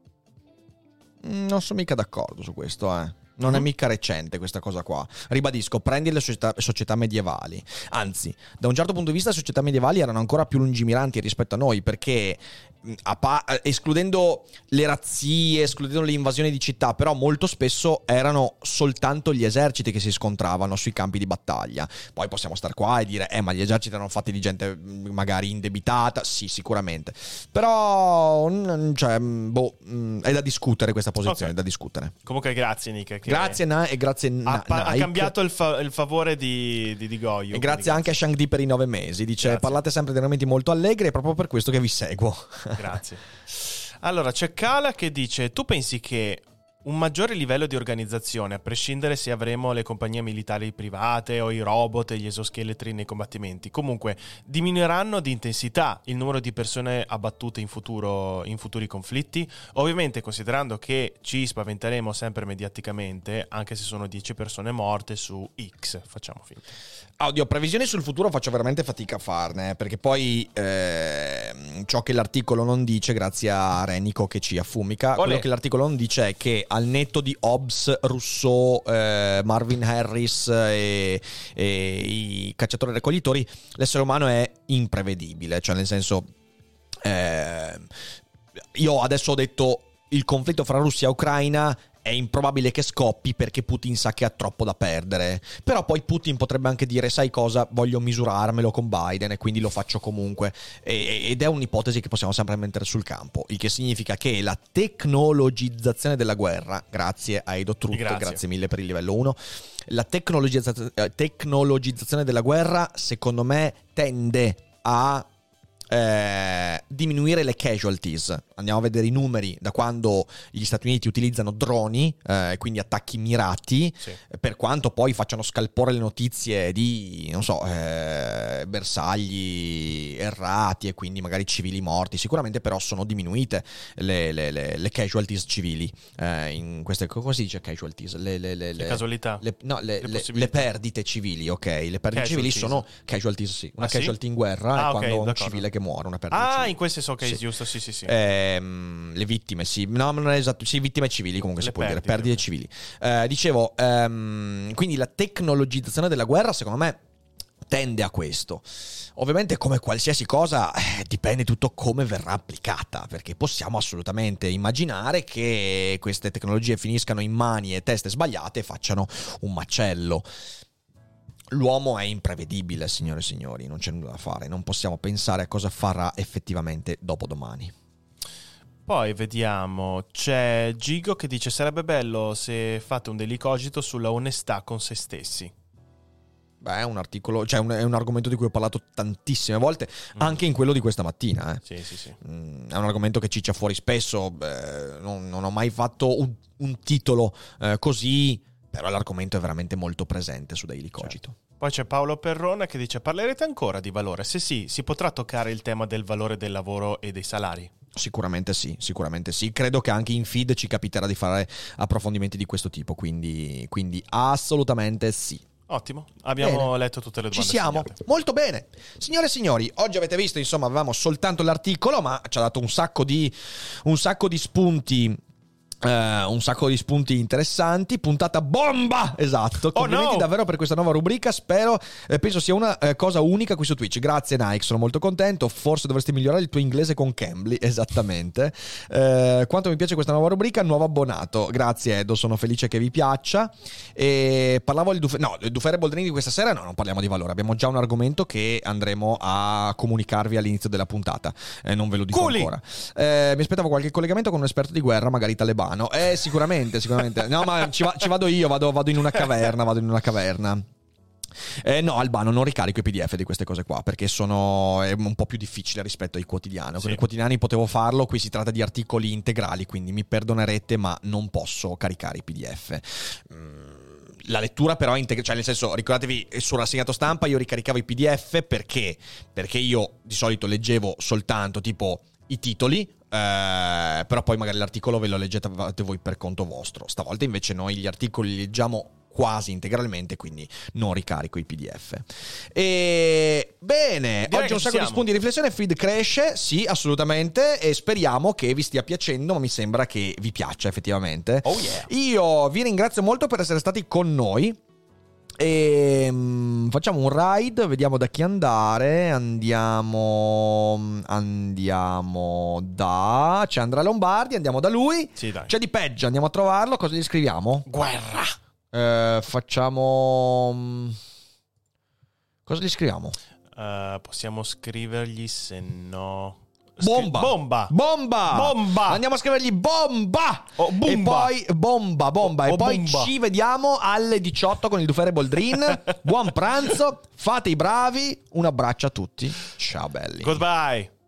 Non sono mica d'accordo su questo, eh. Non è mica recente questa cosa qua. Ribadisco, prendi le società, società medievali. Anzi, da un certo punto di vista le società medievali erano ancora più lungimiranti rispetto a noi, perché a pa- escludendo le razzie, escludendo le invasioni di città, però molto spesso erano soltanto gli eserciti che si scontravano sui campi di battaglia. Poi possiamo star qua e dire eh ma gli eserciti erano fatti di gente magari indebitata, sì, sicuramente, però cioè, boh, è da discutere questa posizione, okay, è da discutere. Comunque grazie Nick, grazie Na e grazie ha, Na- pa- ha cambiato il, fa- il favore di, di, di Goyo, e grazie anche grazie a Shang-Di per i nove mesi. Dice grazie, parlate sempre di argomenti molto allegri, è proprio per questo che vi seguo. Grazie. Allora c'è Kala che dice: tu pensi che un maggiore livello di organizzazione, a prescindere se avremo le compagnie militari private o i robot e gli esoscheletri nei combattimenti, comunque diminuiranno di intensità il numero di persone abbattute in futuro in futuri conflitti? Ovviamente considerando che ci spaventeremo sempre mediaticamente, anche se sono dieci persone morte su X, facciamo finta. Oddio, previsioni sul futuro faccio veramente fatica a farne, perché poi eh, ciò che l'articolo non dice, grazie a Renico che ci affumica, Olè. quello che l'articolo non dice è che al netto di Hobbes, Rousseau, eh, Marvin Harris e, e i cacciatori e raccoglitori, l'essere umano è imprevedibile, cioè nel senso eh, io adesso ho detto il conflitto fra Russia e Ucraina è improbabile che scoppi perché Putin sa che ha troppo da perdere, però poi Putin potrebbe anche dire sai cosa, voglio misurarmelo con Biden e quindi lo faccio comunque, e, ed è un'ipotesi che possiamo sempre mettere sul campo, il che significa che la tecnologizzazione della guerra, grazie a Edo Trut, grazie. grazie mille per il livello uno, la tecnologizza- tecnologizzazione della guerra secondo me tende a Eh, diminuire le casualties. Andiamo a vedere i numeri da quando gli Stati Uniti utilizzano droni, eh, quindi attacchi mirati, sì. per quanto poi facciano scalpore le notizie di, non so, eh, bersagli errati e quindi magari civili morti, sicuramente però sono diminuite le, le, le, le casualties civili, eh, in queste, come si dice casualties? Le, le, le, le casualità? Le, no, le, le, le perdite civili, ok, le perdite civili sono casualties, sì, una ah, casualty sì? in guerra ah, è quando okay, un d'accordo. civile che muore, una perdita ah civile. In questo senso, ok, sì. giusto, sì sì sì ehm, le vittime, sì, no non è esatto, sì, vittime civili comunque le si può perdite, dire perdite civili, eh, dicevo, ehm, quindi la tecnologizzazione della guerra secondo me tende a questo. Ovviamente come qualsiasi cosa eh, dipende tutto come verrà applicata, perché possiamo assolutamente immaginare che queste tecnologie finiscano in mani e teste sbagliate e facciano un macello. L'uomo è imprevedibile, signore e signori, non c'è nulla da fare, non possiamo pensare a cosa farà effettivamente dopodomani. Poi vediamo, c'è Gigo che dice sarebbe bello se fate un daily cogito sulla onestà con se stessi. Beh, è un articolo, cioè un, è un argomento di cui ho parlato tantissime volte, mm. anche in quello di questa mattina. Eh. Sì, sì, sì. Mm, è un argomento che ciccia fuori spesso. Beh, non, non ho mai fatto un, un titolo eh, così, però l'argomento è veramente molto presente su Daily Cogito. Certo. Poi c'è Paolo Perrone che dice: parlerete ancora di valore? Se sì, si potrà toccare il tema del valore del lavoro e dei salari? Sicuramente sì, sicuramente sì. Credo che anche in feed ci capiterà di fare approfondimenti di questo tipo, quindi, quindi assolutamente sì. Ottimo, abbiamo bene. letto tutte le domande. Ci siamo, segnate. Molto bene. Signore e signori, oggi avete visto, insomma, avevamo soltanto l'articolo, ma ci ha dato un sacco di, un sacco di spunti. Uh, un sacco di spunti interessanti. Puntata bomba, esatto. Complimenti oh no! davvero per questa nuova rubrica. Spero, eh, penso sia una eh, cosa unica qui su Twitch. Grazie Nike, sono molto contento. Forse dovresti migliorare il tuo inglese con Cambly. Esattamente. uh, Quanto mi piace questa nuova rubrica. Nuovo abbonato, grazie Edo, sono felice che vi piaccia. E parlavo di Duf- no, il Dufere Boldrini di questa sera. No, non parliamo di valore. Abbiamo già un argomento che andremo a comunicarvi all'inizio della puntata. eh, Non ve lo dico Culi. ancora. eh, Mi aspettavo qualche collegamento con un esperto di guerra, magari talebano. Eh, sicuramente, sicuramente. No, ma ci, va, ci vado io, vado, vado in una caverna, vado in una caverna. Eh, no, Albano, non ricarico i P D F di queste cose qua, perché sono è un po' più difficile rispetto ai quotidiani. Con sì. i quotidiani potevo farlo, qui si tratta di articoli integrali, quindi mi perdonerete, ma non posso caricare i P D F. Mm. La lettura però è integrale, cioè nel senso, ricordatevi, sul rassegnato stampa io ricaricavo i P D F perché? Perché io di solito leggevo soltanto tipo i titoli, eh, però poi magari l'articolo ve lo leggete voi per conto vostro. Stavolta invece noi gli articoli li leggiamo quasi integralmente, quindi non ricarico i P D F. E bene, Direi oggi un sacco siamo. di spunti di riflessione, feed cresce, sì, assolutamente, e speriamo che vi stia piacendo, ma mi sembra che vi piaccia effettivamente. Oh yeah. Io vi ringrazio molto per essere stati con noi. E um, facciamo un ride, vediamo da chi andare. Andiamo Andiamo da C'è Andrea Lombardi, andiamo da lui. Sì, dai. C'è di peggio, andiamo a trovarlo. Cosa gli scriviamo? Guerra. Eh, facciamo Cosa gli scriviamo? Uh, possiamo scrivergli, se no... Bomba. Bomba. Bomba. Bomba. Andiamo a scrivergli bomba. Oh, e bomba. poi bomba, bomba. Oh, e poi bomba. ci vediamo alle diciotto con il Dufere Boldrin. Buon pranzo. Fate i bravi. Un abbraccio a tutti. Ciao belli. Goodbye.